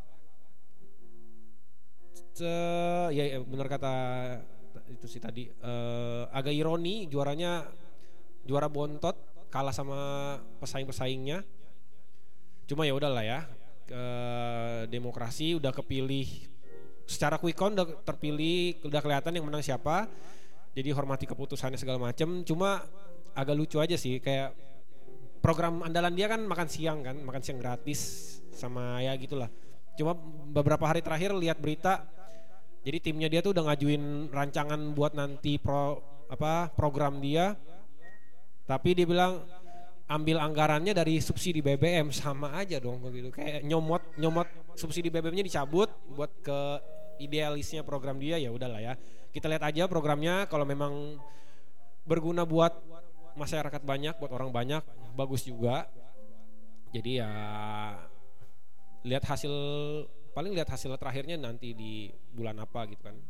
Se- ya, ya benar kata itu sih tadi, uh, agak ironi juaranya juara bontot kalah sama pesaing-pesaingnya. Cuma ya udahlah ya, uh, demokrasi udah kepilih secara quick count, udah terpilih, udah kelihatan yang menang siapa. Jadi hormati keputusannya segala macam. Cuma agak lucu aja sih, kayak program andalan dia kan makan siang kan, makan siang gratis sama ya gitulah. Cuma beberapa hari terakhir lihat berita, jadi timnya dia tuh udah ngajuin rancangan buat nanti pro apa program dia, tapi dia bilang ambil anggarannya dari subsidi B B M. Sama aja dong begitu, kayak nyomot nyomot subsidi B B M-nya dicabut buat ke idealisnya program dia. Ya udahlah ya, kita lihat aja programnya, kalau memang berguna buat masyarakat banyak, buat orang banyak, bagus juga. Jadi ya lihat hasil, paling lihat hasil terakhirnya nanti di bulan apa gitu kan.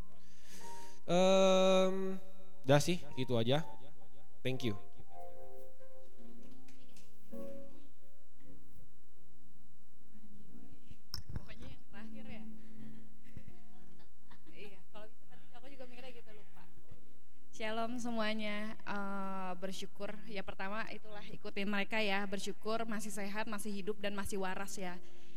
Um, dah sih itu aja. Thank you. Pokoknya yang terakhir ya. Iya, kalau bisa tadi aku juga mikirnya gitu, lupa. Shalom semuanya, uh, bersyukur ya, pertama itulah ikutin mereka ya, bersyukur masih sehat, masih hidup dan masih waras ya.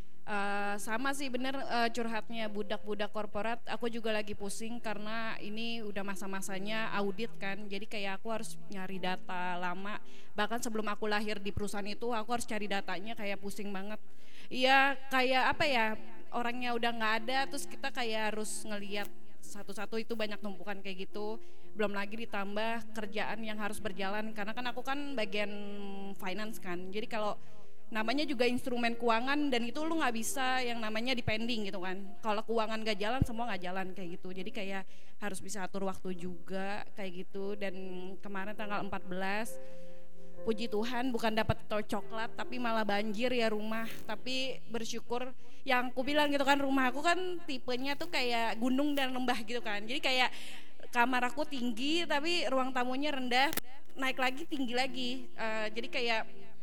Uh, sama sih bener uh, curhatnya budak-budak korporat, aku juga lagi pusing karena ini udah masa-masanya audit kan, jadi kayak aku harus nyari data lama, bahkan sebelum aku lahir di perusahaan itu aku harus cari datanya, kayak pusing banget. Iya kayak apa ya, orangnya udah nggak ada, terus kita kayak harus ngelihat satu-satu, itu banyak tumpukan kayak gitu. Belum lagi ditambah kerjaan yang harus berjalan, karena kan aku kan bagian finance kan, jadi kalau namanya juga instrumen keuangan dan itu lu nggak bisa yang namanya depending gitu kan. Kalau keuangan gak jalan, semua nggak jalan kayak gitu. Jadi kayak harus bisa atur waktu juga kayak gitu. Dan kemarin tanggal empat belas, puji Tuhan bukan dapat coklat tapi malah banjir ya rumah. Tapi bersyukur, yang aku bilang gitu kan, rumah aku kan tipenya tuh kayak gunung dan lembah gitu kan. Jadi kayak kamar aku tinggi tapi ruang tamunya rendah, naik lagi tinggi lagi. Uh, jadi kayak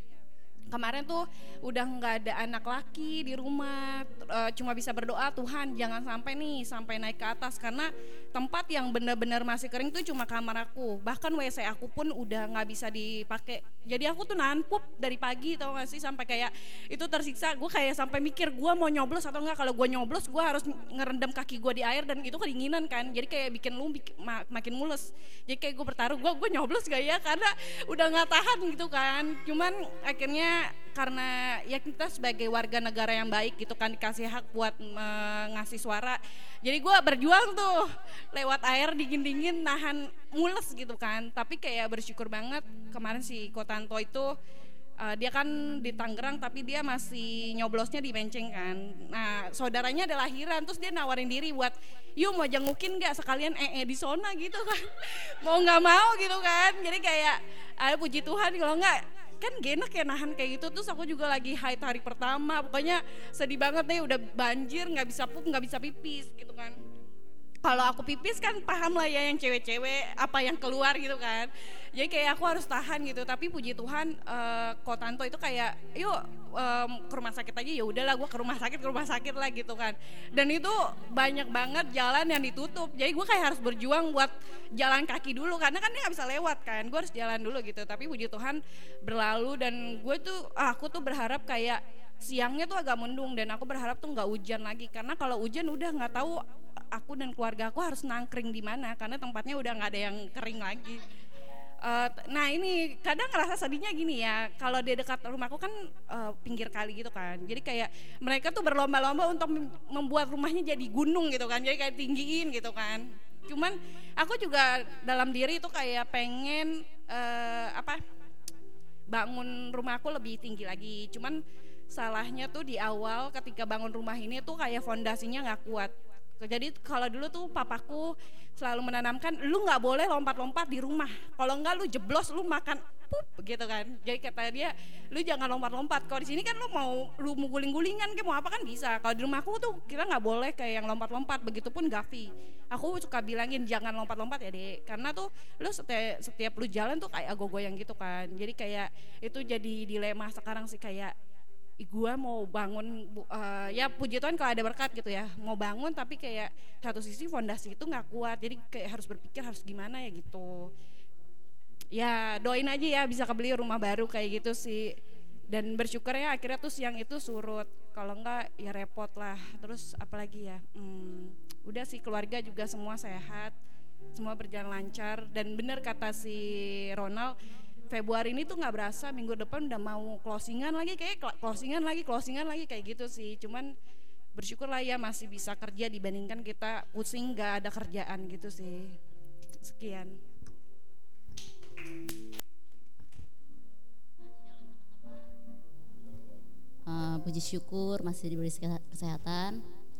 kemarin tuh udah nggak ada anak laki di rumah, e, cuma bisa berdoa, Tuhan jangan sampai nih sampai naik ke atas, karena tempat yang benar-benar masih kering tuh cuma kamar aku, bahkan W C aku pun udah nggak bisa dipakai. Jadi aku tuh nahan pup dari pagi, tau gak sih, sampai kayak itu tersiksa. Gue kayak sampai mikir gue mau nyoblos atau enggak. Kalau gue nyoblos gue harus ngerendam kaki gue di air dan itu kedinginan kan, jadi kayak bikin lu bik, mak, makin mules. Jadi kayak gue bertaruh, gue gue nyoblos gak ya, karena udah nggak tahan gitu kan. Cuman akhirnya karena ya kita sebagai warga negara yang baik gitu kan, dikasih hak buat uh, ngasih suara, jadi gue berjuang tuh lewat air dingin-dingin nahan mules gitu kan. Tapi kayak bersyukur banget kemarin si Kotanto itu uh, dia kan di Tangerang tapi dia masih nyoblosnya di Menceng kan. Nah saudaranya ada lahiran, terus dia nawarin diri buat yuk mau jengukin gak sekalian ee di zona gitu kan. Mau gak mau gitu kan. Jadi kayak ayo puji Tuhan, kalau enggak kan gak enak ya nahan kayak gitu. Terus aku juga lagi haid hari pertama, pokoknya sedih banget deh, udah banjir, gak bisa pup, gak bisa pipis gitu kan. Kalau aku pipis kan paham lah ya yang cewek-cewek apa yang keluar gitu kan. Jadi kayak aku harus tahan gitu. Tapi puji Tuhan uh, Kotanto itu kayak yuk um, ke rumah sakit aja, ya udahlah gue ke rumah sakit ke rumah sakit lah gitu kan. Dan itu banyak banget jalan yang ditutup. Jadi gue kayak harus berjuang buat jalan kaki dulu, karena kan dia nggak bisa lewat kan. Gue harus jalan dulu gitu. Tapi puji Tuhan berlalu, dan gue tuh aku tuh berharap kayak siangnya tuh agak mendung, dan aku berharap tuh nggak hujan lagi, karena kalau hujan udah nggak tahu aku dan keluarga aku harus nangkring di mana, karena tempatnya udah nggak ada yang kering lagi. Uh, nah ini kadang ngerasa sedihnya gini ya, kalau di dekat rumahku kan uh, pinggir kali gitu kan, jadi kayak mereka tuh berlomba-lomba untuk membuat rumahnya jadi gunung gitu kan, jadi kayak tinggiin gitu kan. Cuman aku juga dalam diri itu kayak pengen uh, apa bangun rumahku lebih tinggi lagi. Cuman salahnya tuh di awal ketika bangun rumah ini tuh kayak fondasinya nggak kuat. Jadi kalau dulu tuh papaku selalu menanamkan lu nggak boleh lompat-lompat di rumah. Kalau enggak lu jeblos lu makan pup gitu kan. Jadi kata dia lu jangan lompat-lompat. Kalau di sini kan lu mau lu mau guling-gulingan kayak mau apa kan bisa. Kalau di rumahku tuh kita nggak boleh kayak yang lompat-lompat. Begitupun Gavi. Aku suka bilangin jangan lompat-lompat ya dek. Karena tuh lu setiap, setiap lu jalan tuh kayak goyang gitu kan. Jadi kayak itu jadi dilema sekarang sih kayak gue mau bangun uh, ya puji Tuhan kalau ada berkat gitu ya mau bangun tapi kayak satu sisi fondasi itu nggak kuat jadi kayak harus berpikir harus gimana ya gitu ya doain aja ya bisa kebeli rumah baru kayak gitu sih dan bersyukur ya akhirnya tuh siang itu surut kalau enggak ya repot lah terus apalagi ya hmm, udah sih keluarga juga semua sehat semua berjalan lancar dan bener kata si Ronald Februari ini tuh nggak berasa minggu depan udah mau closingan lagi kayak closingan lagi closingan lagi kayak gitu sih cuman bersyukur lah ya masih bisa kerja dibandingkan kita pusing nggak ada kerjaan gitu sih sekian. Uh, puji syukur masih diberi kesehatan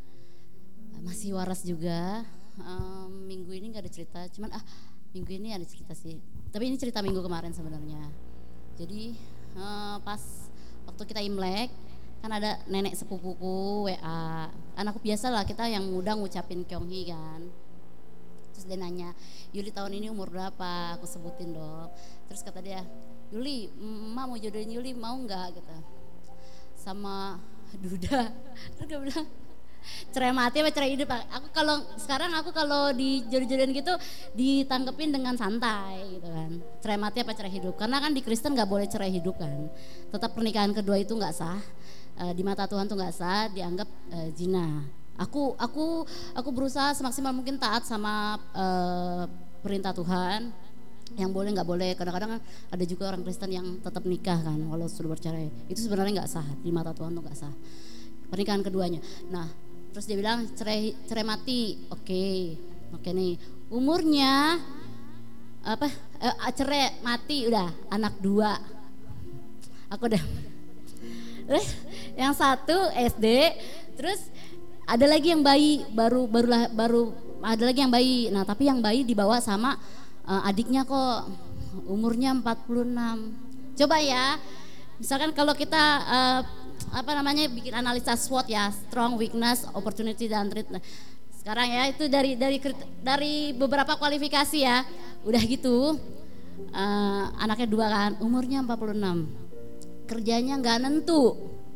masih waras juga um, minggu ini nggak ada cerita cuman ah minggu ini ada cerita sih tapi ini cerita minggu kemarin sebenarnya jadi uh, pas waktu kita Imlek kan ada nenek sepupuku W A kan aku biasa lah kita yang muda ngucapin Kyonghi kan terus dia nanya Yuli tahun ini umur berapa aku sebutin dong terus kata dia Yuli emak mau jodohin Yuli mau nggak gitu sama Duda terus dia bilang cerai mati apa cerai hidup aku kalau sekarang aku kalau di jodoh-jodohan gitu ditangkepin dengan santai gitu kan cerai mati apa cerai hidup karena kan di Kristen nggak boleh cerai hidup kan tetap pernikahan kedua itu nggak sah e, di mata Tuhan tuh nggak sah dianggap e, zina aku aku aku berusaha semaksimal mungkin taat sama e, perintah Tuhan yang boleh nggak boleh kadang-kadang ada juga orang Kristen yang tetap nikah kan walau sudah bercerai itu sebenarnya nggak sah di mata Tuhan tuh nggak sah pernikahan keduanya nah terus dia bilang cerai cerai mati oke okay. oke okay nih umurnya apa eh, cerai mati udah anak dua aku udah terus yang satu S D terus ada lagi yang bayi baru barulah baru ada lagi yang bayi nah tapi yang bayi dibawa sama uh, adiknya kok umurnya empat puluh enam coba ya misalkan kalau kita uh, apa namanya bikin analisa SWOT ya strong weakness opportunity dan threat nah, sekarang ya itu dari dari dari beberapa kualifikasi ya udah gitu uh, anaknya dua kan umurnya empat puluh enam kerjanya nggak nentu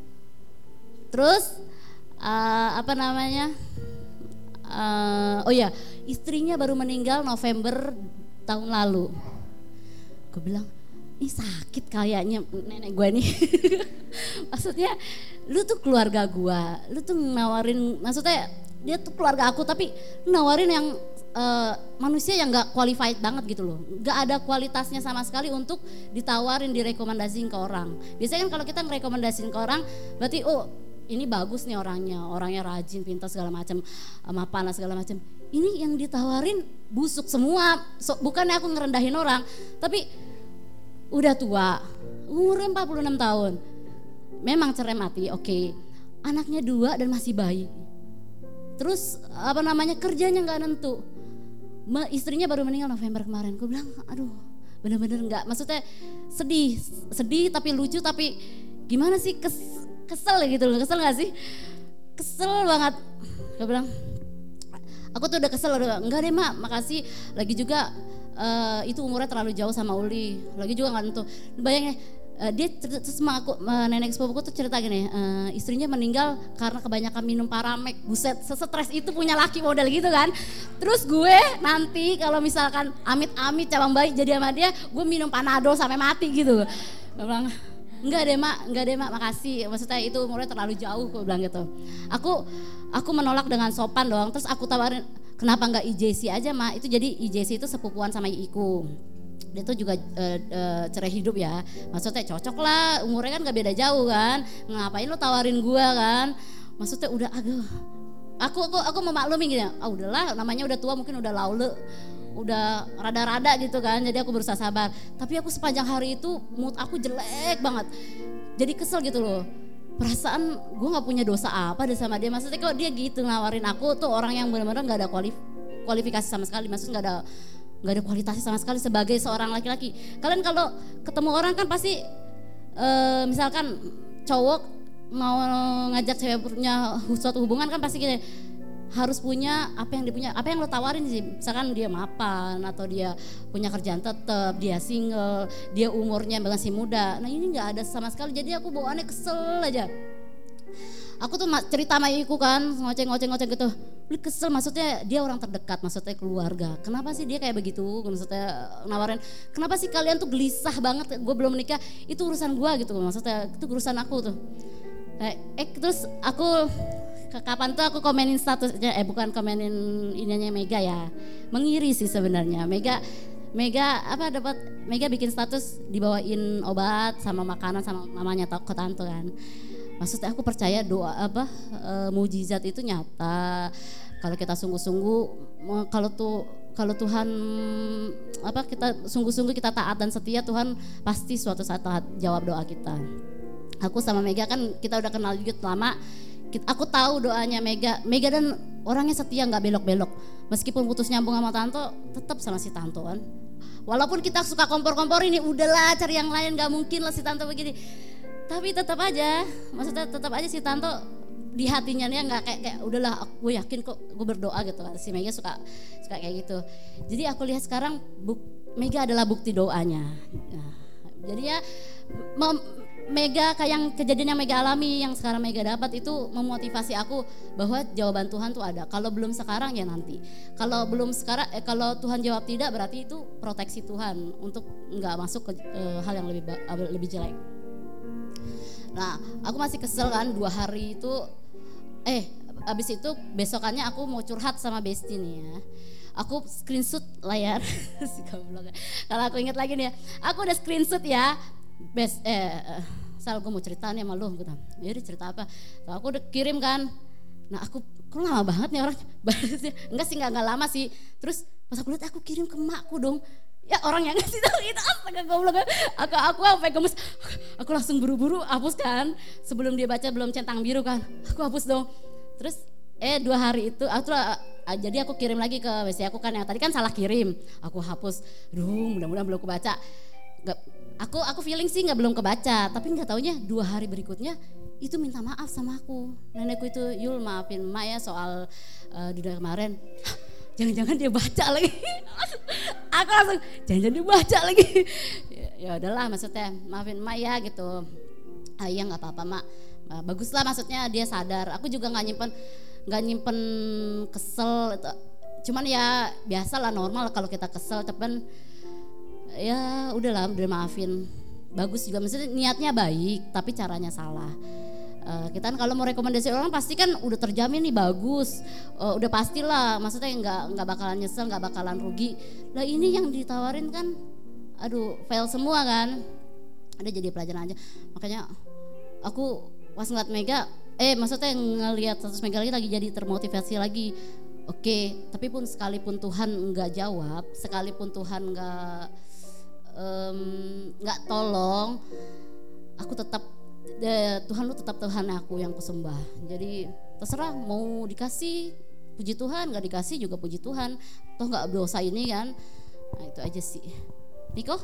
terus uh, apa namanya uh, oh ya istrinya baru meninggal November tahun lalu gue bilang ini sakit kayaknya nenek gue nih maksudnya lu tuh keluarga gue lu tuh nawarin maksudnya dia tuh keluarga aku tapi nawarin yang uh, manusia yang gak qualified banget gitu loh gak ada kualitasnya sama sekali untuk ditawarin direkomendasiin ke orang biasanya kan kalau kita ngerekomendasiin ke orang berarti oh ini bagus nih orangnya orangnya rajin pintar segala macam mapan segala macam ini yang ditawarin busuk semua so, bukannya aku ngerendahin orang tapi udah tua, umurnya empat puluh enam tahun. Memang cerai mati, oke. Okay. Anaknya dua dan masih bayi. Terus apa namanya kerjanya nggak nentu. Istrinya baru meninggal November kemarin. Gue bilang, aduh, bener-bener nggak. Maksudnya sedih, sedih tapi lucu tapi gimana sih kes, kesel gitu loh, kesel nggak sih? Kesel banget. Gue bilang, aku tuh udah kesel, udah enggak deh mak, makasih. Lagi juga. Uh, itu umurnya terlalu jauh sama Uli lagi juga nggak tentu bayangnya uh, dia terus sama aku uh, nenek sepupuku tuh cerita gini uh, istrinya meninggal karena kebanyakan minum Paramek buset sesetres itu punya laki model gitu kan terus gue nanti kalau misalkan amit-amit cabang bayi jadi sama dia gue minum Panadol sampai mati gitu gue bilang enggak deh mak enggak deh mak makasih maksudnya itu umurnya terlalu jauh gue bilang gitu aku aku menolak dengan sopan dong terus aku tawarin kenapa nggak I J C aja mak itu jadi I J C itu sepupuan sama Iku dia tuh juga uh, uh, cerai hidup ya maksudnya cocok lah umurnya kan nggak beda jauh kan ngapain lo tawarin gua kan maksudnya udah aduh aku aku aku memaklumi gitu ya ah udahlah namanya udah tua mungkin udah laule udah rada-rada gitu kan jadi aku berusaha sabar tapi aku sepanjang hari itu mood aku jelek banget jadi kesel gitu loh perasaan gue nggak punya dosa apa deh sama dia. Maksudnya kok dia gitu nawarin aku tuh orang yang benar-benar nggak ada kualif kualifikasi sama sekali, maksudnya nggak ada nggak ada kualitasnya sama sekali sebagai seorang laki-laki. Kalian kalau ketemu orang kan pasti uh, misalkan cowok mau ngajak cewek punya suatu hubungan kan pasti kita harus punya apa yang dia punya, apa yang lo tawarin sih. Misalkan dia mapan atau dia punya kerjaan tetap, dia single, dia umurnya masih muda. Nah ini nggak ada sama sekali, jadi aku bawaannya kesel aja. Aku tuh cerita sama iku kan, ngoceng-ngoceng-ngoceng gitu. Lu kesel, maksudnya dia orang terdekat, maksudnya keluarga. Kenapa sih dia kayak begitu? Maksudnya nawarin, kenapa sih kalian tuh gelisah banget? Gue belum menikah, itu urusan gue gitu. Maksudnya itu urusan aku tuh. Eh terus aku kapan tuh aku komenin statusnya, eh bukan komenin ininya Mega ya, mengiri sih sebenarnya. Mega, Mega apa dapat Mega bikin status dibawain obat sama makanan sama mamanya ke tante kan. Maksudnya aku percaya doa apa e, mujizat itu nyata. Kalau kita sungguh-sungguh, kalau tuh kalau Tuhan apa kita sungguh-sungguh kita taat dan setia, Tuhan pasti suatu saat taat jawab doa kita. Aku sama Mega kan kita udah kenal juga lama. Aku tahu doanya Mega. Mega dan orangnya setia, nggak belok-belok. Meskipun putus nyambung sama Tanto, tetap sama si Tanto kan. Walaupun kita suka kompor-kompor ini, udahlah cari yang lain, nggak mungkin lah si Tanto begini. Tapi tetap aja, maksudnya tetap aja si Tanto di hatinya dia nggak kayak kayak udahlah, gue yakin kok, gue berdoa gitu kan. Si Mega suka suka kayak gitu. Jadi aku lihat sekarang buk, Mega adalah bukti doanya. Nah, jadi ya mem, Mega kayak yang kejadian yang Mega alami, yang sekarang Mega dapat itu memotivasi aku bahwa jawaban Tuhan tuh ada. Kalau belum sekarang ya nanti. Kalau belum sekarang, eh, kalau Tuhan jawab tidak berarti itu proteksi Tuhan untuk nggak masuk ke eh, hal yang lebih lebih jelek. Nah, aku masih kesel kan dua hari itu, eh abis itu besokannya aku mau curhat sama Besti nih ya. Aku screenshot layar, si goblok. Kalau aku ingat lagi nih ya, aku udah screenshot ya. Best, eh, Sal gue mau cerita nih sama lu gitu. Jadi cerita apa? Tuh, aku udah kirim kan. Nah aku, kok lama banget nih orang. Enggak sih, enggak, enggak lama sih. Terus pas aku lihat aku kirim ke makku dong. Ya orang yang ngasih tahu itu astaga goblok. Aku aku sampai gemes. Aku langsung buru-buru hapus kan. Sebelum dia baca belum centang biru kan. Aku hapus dong. Terus eh dua hari itu aku uh, jadi aku kirim lagi ke W C aku kan, yang tadi kan salah kirim. Aku hapus. Duh, mudah-mudahan belum kebaca. Enggak, aku aku feeling sih nggak belum kebaca, tapi nggak taunya dua hari berikutnya itu minta maaf sama aku. Nenekku itu, Yul maafin emak ya soal uh, di kemarin. Jangan-jangan dia baca lagi. Aku langsung jangan-jangan dia baca lagi. Ya, ya udahlah, maksudnya maafin emak ya gitu. Ah, iya nggak apa-apa mak. Nah, baguslah maksudnya dia sadar. Aku juga nggak nyimpen nggak nyimpen kesel. Cuman ya biasalah normal kalau kita kesel, tapi ya udahlah udah maafin. Bagus juga, maksudnya niatnya baik tapi caranya salah. Uh, kita kan kalau mau rekomendasi orang pasti kan udah terjamin nih bagus, uh, udah pastilah, maksudnya nggak nggak bakalan nyesel, nggak bakalan rugi. Lah ini yang ditawarin kan, aduh fail semua kan. Ada jadi pelajaran aja. Makanya aku pas ngeliat Mega, eh maksudnya ngelihat status Mega lagi lagi jadi termotivasi lagi. Oke, okay, tapi pun sekalipun Tuhan nggak jawab, sekalipun Tuhan nggak nggak um, tolong, aku tetap de, Tuhan lu tetap Tuhan aku yang kusembah. Jadi terserah mau dikasih puji Tuhan, nggak dikasih juga puji Tuhan, toh nggak dosa ini kan. Nah itu aja sih. Niko?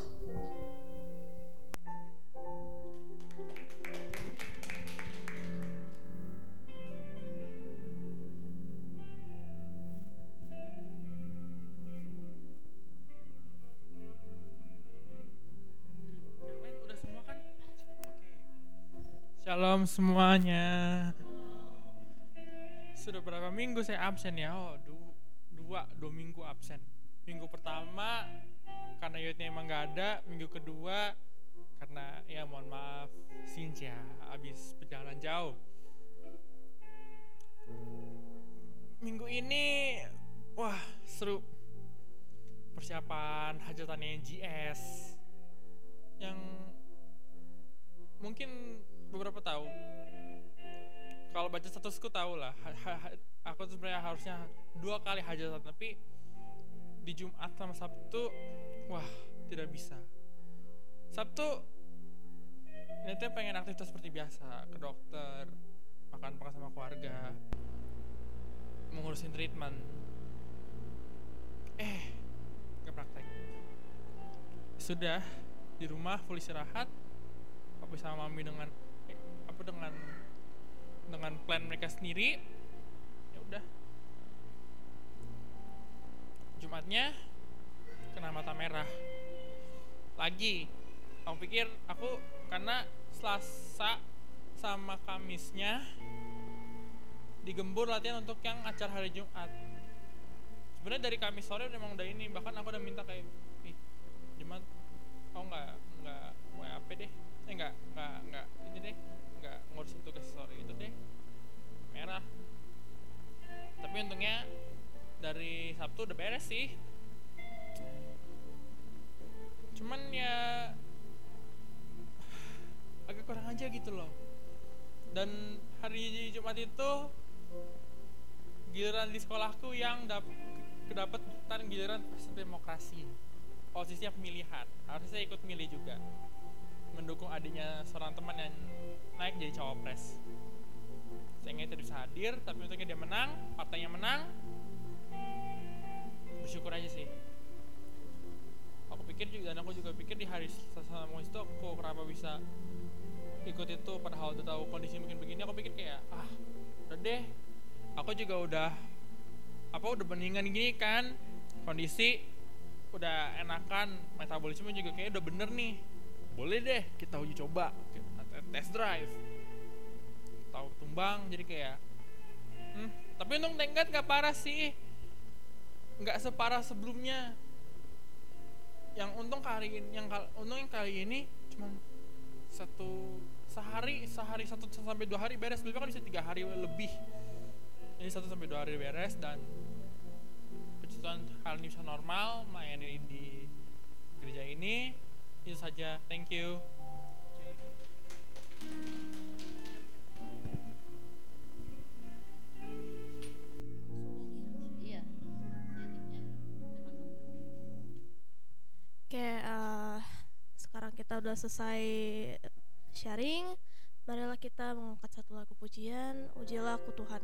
Shalom semuanya. Sudah berapa minggu saya absen ya? Oh, du- dua, dua minggu absen. Minggu pertama karena Yudnya emang gak ada. Minggu kedua karena ya mohon maaf Sinja habis perjalanan jauh. Minggu ini wah seru. Persiapan hajatannya G S yang mungkin beberapa tahu. Kalau baca statusku tahu lah, ha, ha, aku tuh sebenarnya harusnya dua kali hajatan, tapi di Jumat sama Sabtu, wah tidak bisa. Sabtu Ini tuh pengen aktivitas seperti biasa, ke dokter, makan-makan sama keluarga, mengurusin treatment. Eh, gak praktek. Sudah di rumah full istirahat, papi sama mami dengan eh, apa dengan dengan plan mereka sendiri. Ya udah. Jumatnya kena mata merah. Lagi, aku pikir aku karena Selasa sama Kamisnya digembur latihan untuk yang acara hari Jumat. Sebenarnya dari Kamis sore memang udah ini, bahkan aku udah minta kayak, ih Jumat, kau nggak nggak W A P deh, eh nggak nggak nggak ini deh, nggak ngurusin tugas sore itu deh, merah. Tapi untungnya dari Sabtu udah beres sih. Cuman ya agak kurang aja gitu loh. Dan hari Jumat itu giliran di sekolahku yang dap kedapetan giliran proses demokrasi, posisinya pemilihan. Harusnya saya ikut milih juga, mendukung adiknya seorang teman yang naik jadi cawapres. Saya nggak bisa hadir, tapi untungnya dia menang, partainya menang. Bersyukur aja sih. Aku pikir juga, dan aku juga pikir di hari Selasa mau itu aku kenapa bisa ikut itu, padahal udah tahu kondisi mungkin begini. Aku pikir kayak ah udah deh, aku juga udah apa udah bandingan gini kan, kondisi udah enakan, metabolisme juga kayak udah bener nih, boleh deh kita uji coba, kita test drive, tahu tumbang. Jadi kayak hmm, tapi untung tenggat gak parah sih, nggak separah sebelumnya. Yang untung kali ini, yang kal, untung yang kali ini cuma satu sehari sehari satu sampai dua hari beres. Lebih kan bisa tiga hari lebih. Ini satu sampai dua hari beres dan puji Tuhan hal ini bisa normal melayani di gereja ini. Itu saja. Thank you. Oke, uh, sekarang kita udah selesai sharing. Marilah kita mengangkat satu lagu pujian, Ujilah Aku Tuhan.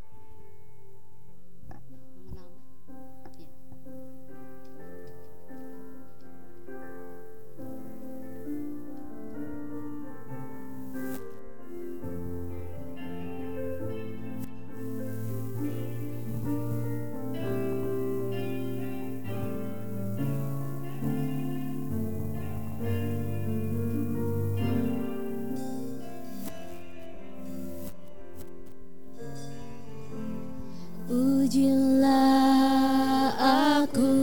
Ujilah aku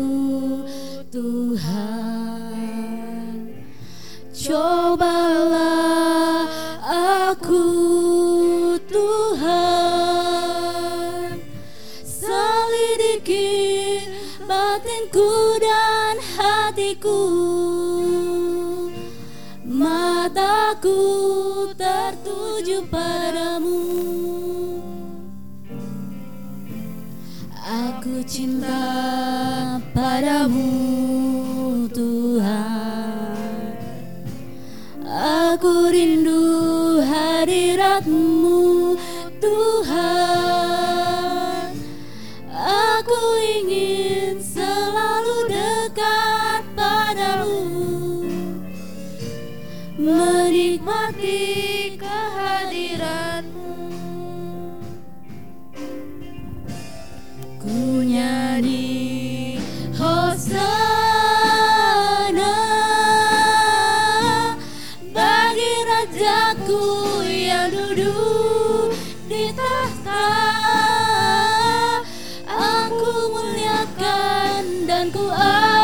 Tuhan, cobalah aku Tuhan, selidiki batinku dan hatiku, mataku tertuju padamu. Aku cinta padamu Tuhan, aku rindu hadirat-Mu Tuhan, aku ingin selalu dekat padamu, menikmati kehadiran-Mu. Ku nyanyi Hosana bagi Rajaku yang duduk di tahta. Aku muliakan dan ku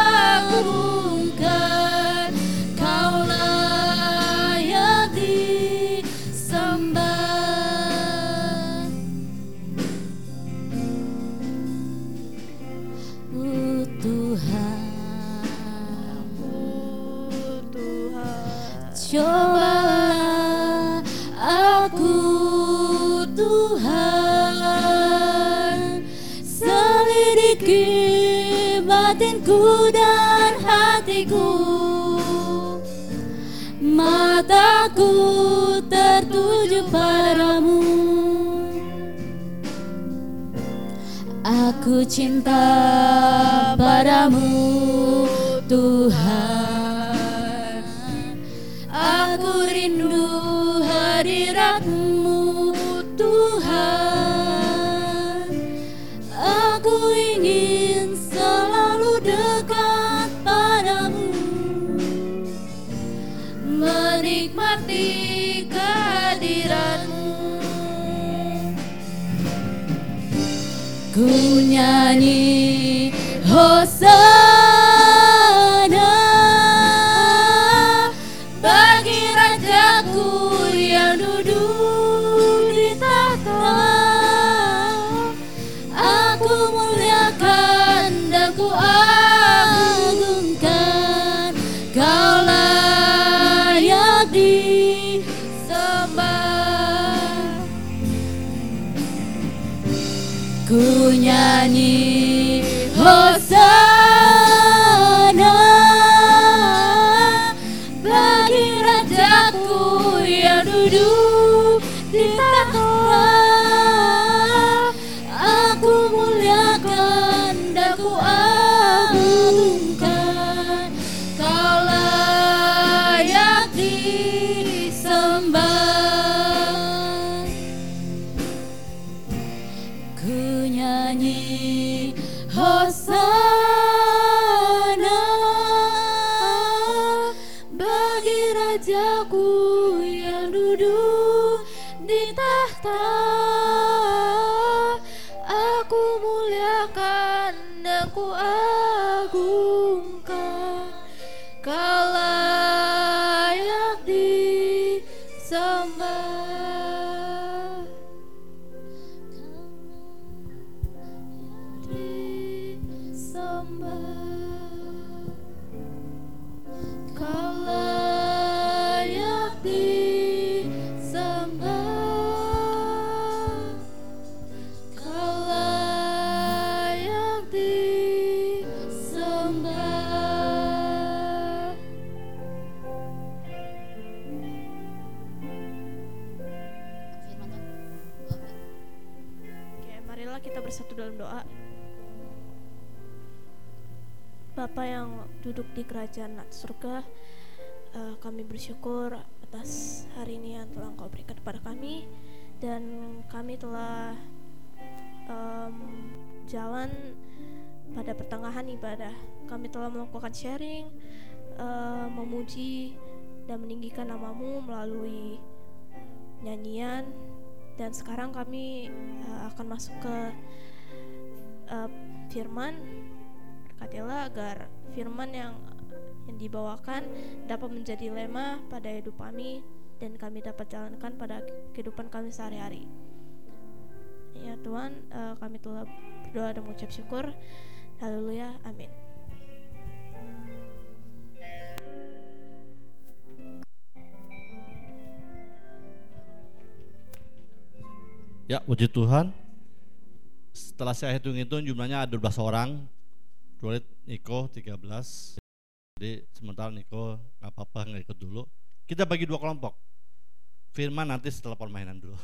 agungkan, Kau layak disembah. Cobalah aku Tuhan, selidiki batinku dan hatiku, mataku tertuju padamu. Aku cinta padamu Tuhan, aku rindu hadiratmu Tuhan. Aku ingin selalu dekat padamu, menikmati kehadiratmu. Ku nyanyi Hosana bagi Rajaku yang duduk di tahta. Aku muliakan dan ku agungkan, Kau layak disembah. Ku nyanyi Hosana bagi Rajaku yang duduk di tahta. Aku muliakan dan ku agungkan, Kau layak disembah. Ku nyanyi Hosana bagi Rajaku yang duduk di tahta. Aku muliakan dan ku agungkan, Kau layak disembah. Kau layak disembah. Kau layak disembah. Oke, marilah kita bersatu dalam doa. Bapa yang duduk di kerajaan surga, uh, kami bersyukur atas hari ini yang telah Engkau berikan kepada kami, dan kami telah um, jalan pada pertengahan ibadah. Kami telah melakukan sharing, uh, memuji dan meninggikan nama-Mu melalui nyanyian, dan sekarang kami uh, akan masuk ke uh, firman. Berkatilah agar firman yang yang dibawakan dapat menjadi lema pada hidup kami, dan kami dapat jalankan pada kehidupan kami sehari-hari. Ya Tuhan, uh, kami telah berdoa dan mengucap syukur. Haleluya, amin. Ya, puji Tuhan. Setelah saya hitung-hitung jumlahnya ada dua belas orang. Kecuali Niko tiga belas. Jadi sementara Niko gak apa-apa gak ikut dulu. Kita bagi dua kelompok. Firman nanti setelah permainan dulu.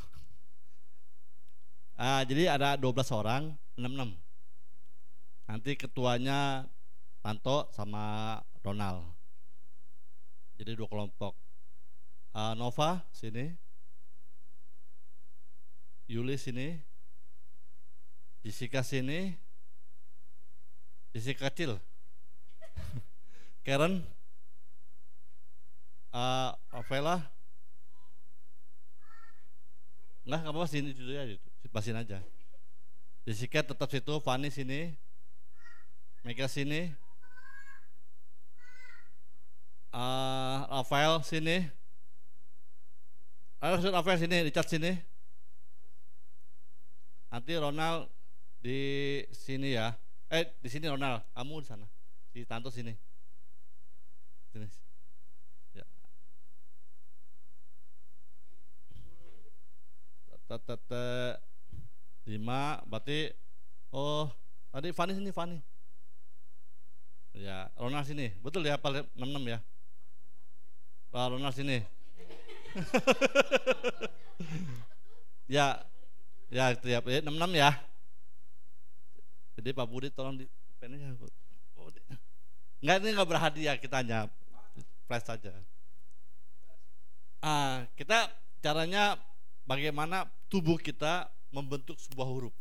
ah, Jadi ada dua belas orang, enam enam. Nanti ketuanya Tanto sama Ronald. Jadi dua kelompok. ah, Nova sini, Yuli sini, Jessica sini, Jessica kecil, Karen, uh, Avela, nggak nggak apa-apa sini dulu ya, pasin aja. Jessica tetap situ, Fanny sini, Mega sini, uh, Rafael sini, ayo Rafael sini, Richard sini, nanti Ronald di sini ya. Eh di sini Ronald, kamu di sana, di Tanto sini, sini. Ya. Tete lima, berarti oh tadi Fanny sini Fanny. Ya Ronald sini, betul ya, enam enam ya. Pak Ronald sini. Ya, ya itu ya, enam enam ya. Jadi Pak Budi tolong di pennya. Enggak, ini enggak berhadiah, kita hanya flash saja. Ah, kita caranya bagaimana tubuh kita membentuk sebuah huruf.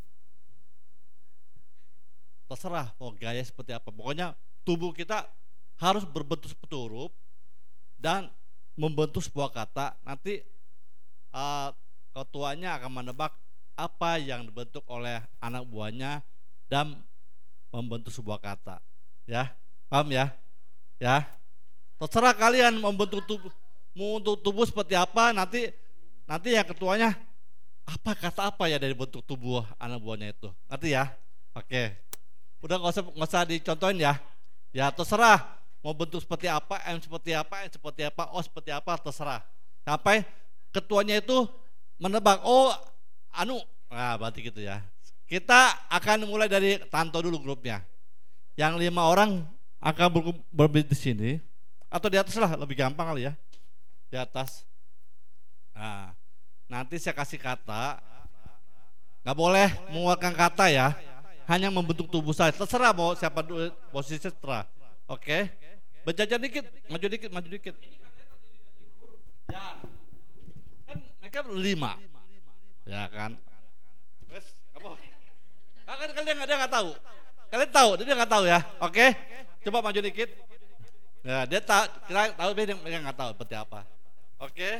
Terserah mau gaya seperti apa. Pokoknya tubuh kita harus berbentuk seperti huruf dan membentuk sebuah kata. Nanti uh, ketuanya akan menebak apa yang dibentuk oleh anak buahnya dan membentuk sebuah kata. Ya, paham ya? Ya. Terserah kalian membentuk tubuh, mau untuk tubuh seperti apa, nanti nanti yang ketuanya apa kata apa ya dari bentuk tubuh anak buahnya itu. Ngerti ya? Oke. Udah nggak usah nggak usah dicontohin ya. Ya terserah mau bentuk seperti apa, M seperti apa, N seperti apa, O seperti apa, terserah. Sampai ketuanya itu menebak, oh anu, nah berarti gitu ya. Kita akan mulai dari Tanto dulu grupnya. Yang lima orang akan ber- berbeda di sini atau di atas lah, lebih gampang kali ya. Di atas. Nah, nanti saya kasih kata, nggak boleh mengeluarkan kata ya. Hanya membentuk tubuh saya, terserah mau siapa dulu posisi terserah. Oke, berjajar dikit, maju dikit, maju dikit. Ya, kan mereka lima, ya kan. Terus, kamu, kan kalian nggak ada nggak tahu, kalian tahu, dia nggak tahu ya. Oke, coba maju dikit. Ya, dia tahu, kita tahu, dia nggak tahu seperti apa. Oke,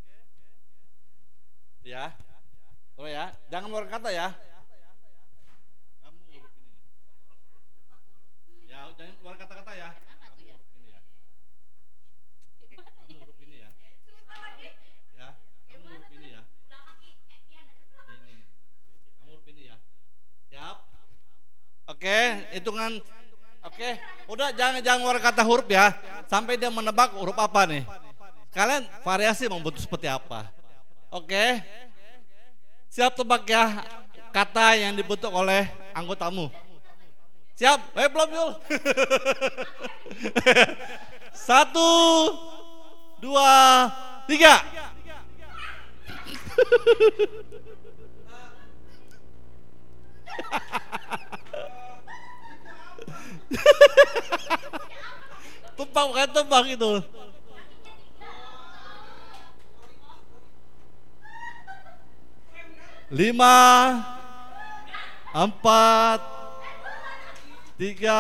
ya, terus ya, jangan mengeluarkan kata ya. Jangan keluar kata-kata ya. Kamu huruf ini ya. Kamu huruf ini ya. Ya, kamu huruf ini ya. Ini. Kamu huruf ini ya. Siap. Oke, hitungan. Oke, udah jangan jangan keluar kata huruf ya. Sampai dia menebak huruf apa nih. Kalian variasi membentuk seperti apa. Oke. Siap tebak ya kata yang dibentuk oleh anggotamu. Siap, eh belum yul. Satu, dua, tiga. Tebak bukan tebak itu. Lima, empat, tiga,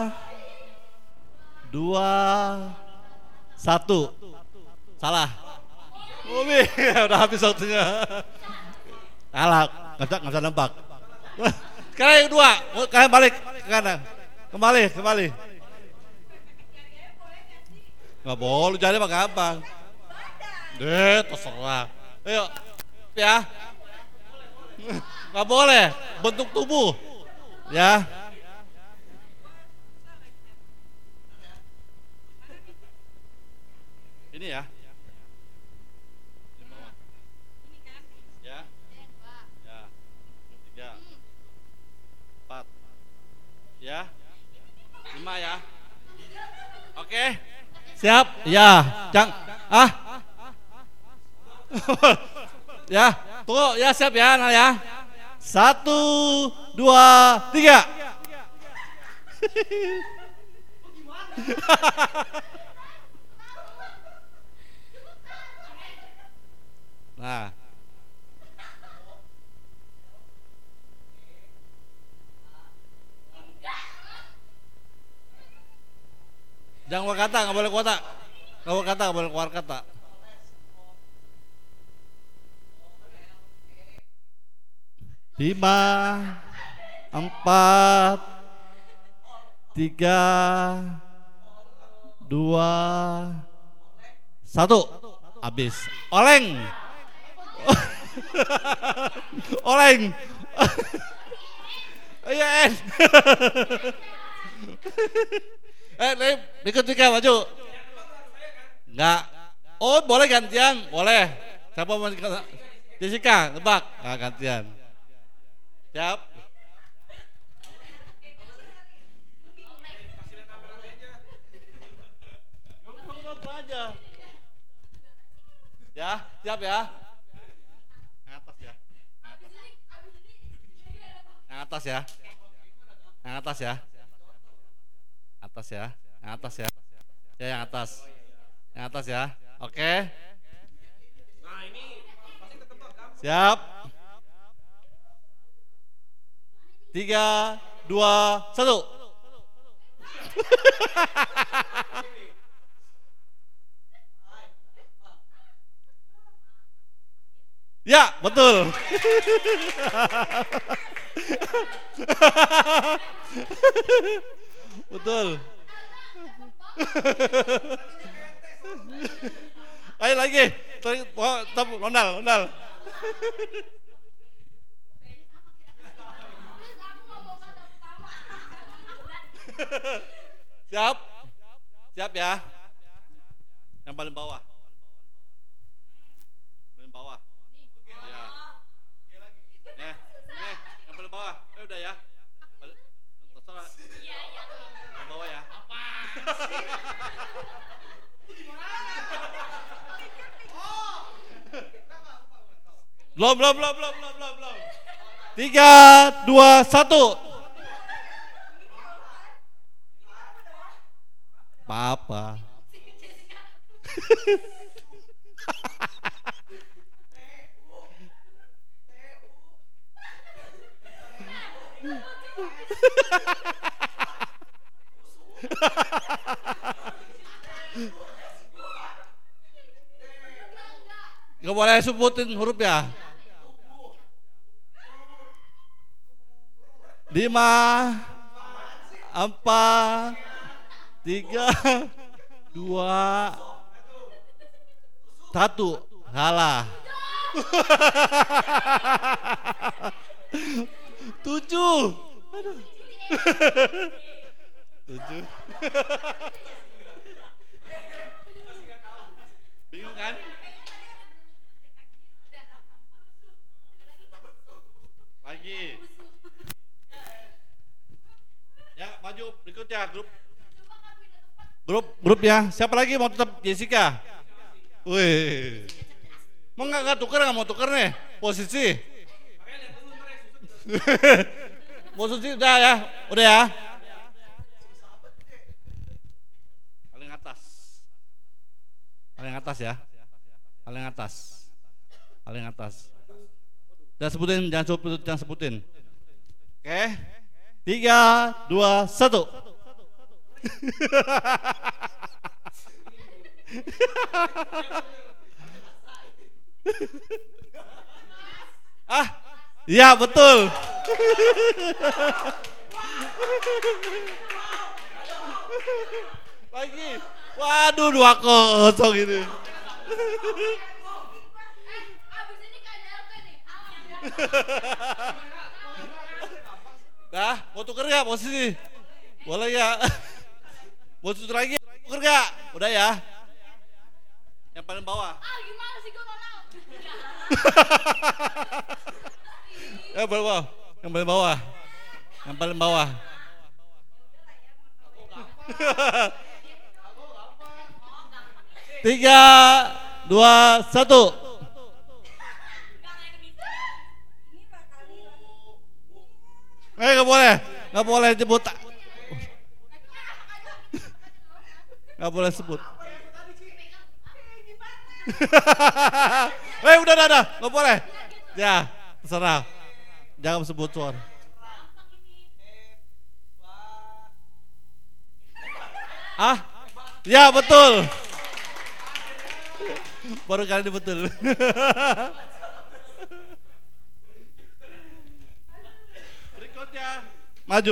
dua, satu. Salah. Umi, udah habis waktunya. Salah, nggak bisa nggak bisa nebak. Sekarang yang kedua, kalian balik ke kanan. Kembali, kembali. Nggak boleh, jadi mah gampang. Deh, terserah. Ayo, ya. Nggak boleh, bentuk tubuh. Ya. Ini ya. Di bawah. Ya. Ya. Tiga. Empat. Ya. Lima ya. Oke. Siap. Ya. Cang. Ah. Ya. Tunggu. Ya siap ya. Nah ya. Satu, dua, tiga. Nah, jangan keluar kata, nggak boleh kota, nggak boleh kata, nggak boleh keluar kata. Lima, empat, tiga, dua, satu. Habis. Oleng. Oleng. Ayo En. Eh, nih, ikut tiga maju. Enggak. Oh, boleh gantian, boleh. Siapa mau Jessica, tebak. Nah, gantian. Siap. Aja. Ya, siap ya. Yang atas ya. Yang atas ya. Yang atas ya. Atas ya. Yang atas ya. Ya, yang atas. Yang atas ya. Oke. Nah, ini pasti ketebak kan? Siap. Tiga, dua, satu. Ya, betul. Betul. Ayo lagi. Oh, londal, londal. Siap? Siap ya? Yang paling bawah. Paling bawah. Ya. Nih, nih, yang paling bawah. Eh udah ya. Terserah. Yang bawah ya. Belum, belum, belum, belum, belum, belum, belum. Tiga, dua, satu. Apa-apa. Gak boleh sebutin huruf ya. Lima, empat, tiga, dua, satu, salah. Tujuh, tujuh. Bingung kan? Lagi. Ya, maju berikutnya grup. Grup, grup ya. Siapa lagi mau tetap Jessica? Wih. Mau nggak nggak tuker nggak mau tuker nih posisi? Posisi udah ya, udah ya. Paling atas, paling atas ya, paling atas, paling atas. Jangan sebutin, jangan sebutin, jangan sebutin. Oke, tiga, dua, satu. Ah, iya betul. Lagi, waduh dua kosong ini. Dah, mau tuker ya posisi? Boleh ya. Mau tuker lagi? Tuker gak? Udah ya. Yang paling bawah. Ah, gimana sih gue mau Yang paling bawah. Yang paling bawah. Yang paling bawah. Tiga, dua, satu. Eh, nggak boleh, nggak boleh sebut, nggak boleh sebut. Eh, udah, udah, udah, nggak boleh. Ya, terserah. Jangan sebut suara. Ah, ya betul. Baru kali ini betul. Berikutnya, maju.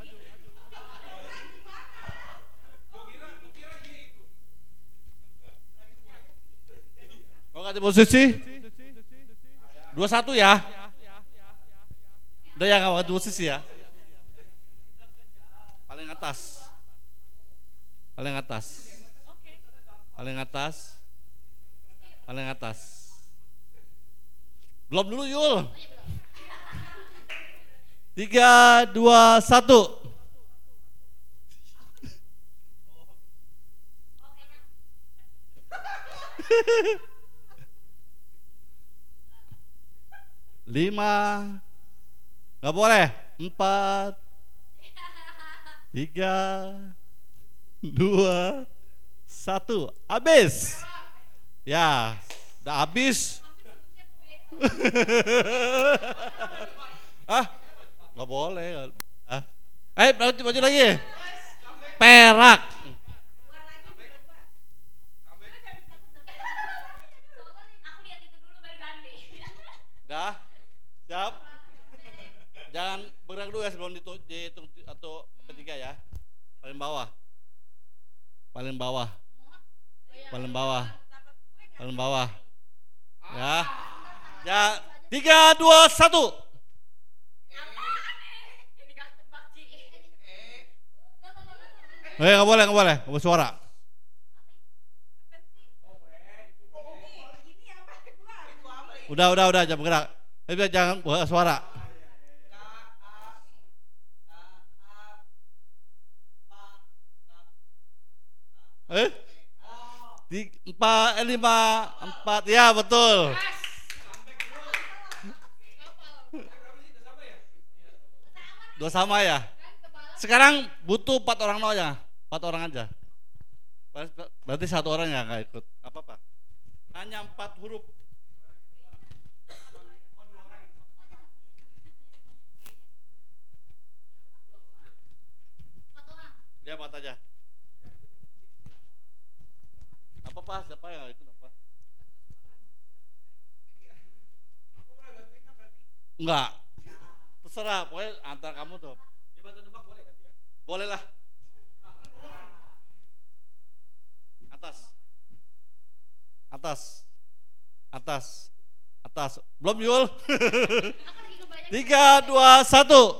Mau ganti posisi? Dua satu ya. Udah ya, nggak mau ganti posisi ya. Paling atas. Paling atas. Paling atas. Paling atas. Belum dulu Yul. Tiga, dua, satu. lima, nggak boleh, empat, tiga, dua, satu, habis. Ya, udah habis. Ah, nggak boleh. Ah, ayo baju baju lagi. Perak. Dah, siap. Jangan bergerak dulu ya sebelum dihitung atau ketiga ya. Paling bawah. Paling bawah. Paling bawah. Paling bawah. Ya. Ya, tiga, dua, satu. Eh, nggak boleh, nggak boleh, nggak boleh suara. Udah, udah, udah, jangan bergerak. Tapi jangan buat suara. Eh? Di empat, eh, lima, empat, ya betul. Dua sama ya. Sekarang butuh empat orang aja, empat orang aja. Berarti satu orang ya nggak ikut. Apa apa? Hanya empat huruf. Dia empat aja. Apa pas? Siapa yang nggak ikut apa? Enggak. Terserah, pokoknya antar kamu tuh. Boleh lah. Atas. Atas. Atas. Atas. Belum Yul. Tiga, dua, satu.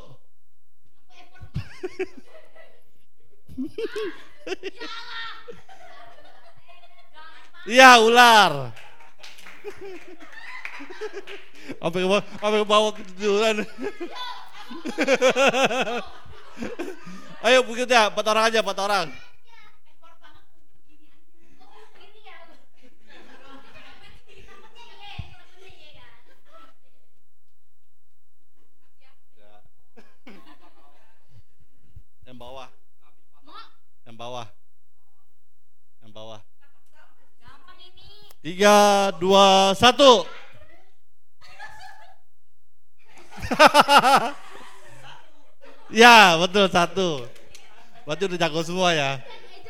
Iya, ular. Sampai ke bawah, sampai ke bawah ketiduran. Ayo berikutnya, empat orang aja, empat orang. Yang bawah. Yang bawah. Yang bawah. Tiga, dua, satu. Ya betul satu. Berarti udah jago semua ya.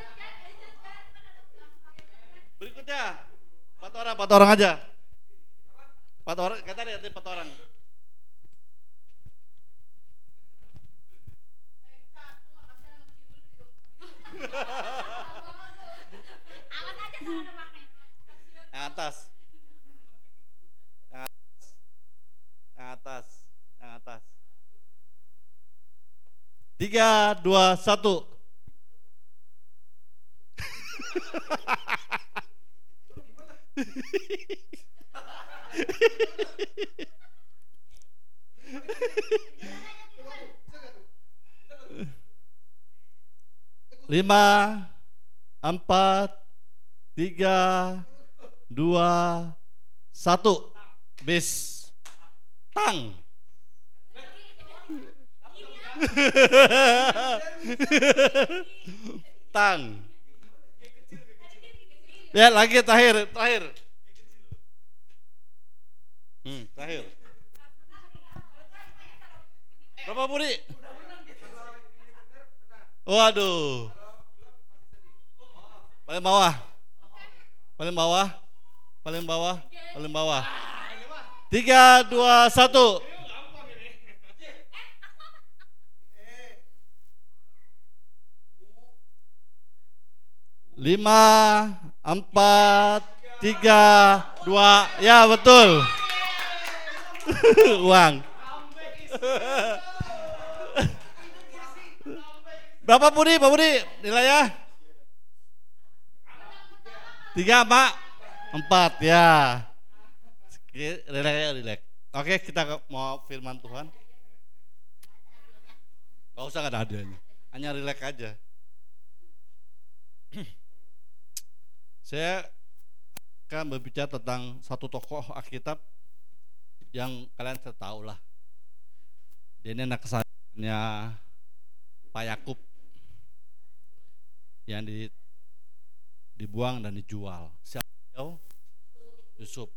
Berikutnya empat orang, empat orang aja. Empat orang, kata lihat empat orang. Yang atas. Yang atas. Yang atas. Yang atas. Tiga, dua, satu. Lima, empat, tiga, dua, satu. Bis. Tang. Tang. Ya lagi terakhir, terakhir. Hmm, terakhir. Berapa Budi? Waduh. Paling bawah. Paling bawah. Paling bawah. Paling bawah. Tiga, dua, satu. Lima, empat, tiga, dua, ya betul. Uang. Berapa Budi, Pak Budi nilainya? Tiga, Pak. Empat, ya. Relax ya, relax. Oke, kita mau firman Tuhan. Gak usah gak ada adanya, hanya relax aja. Saya akan berbicara tentang satu tokoh Alkitab yang kalian tahu lah. Dia ini anak kesayangannya Pak Yakub yang di, dibuang dan dijual. Siapa tahu? Yusuf.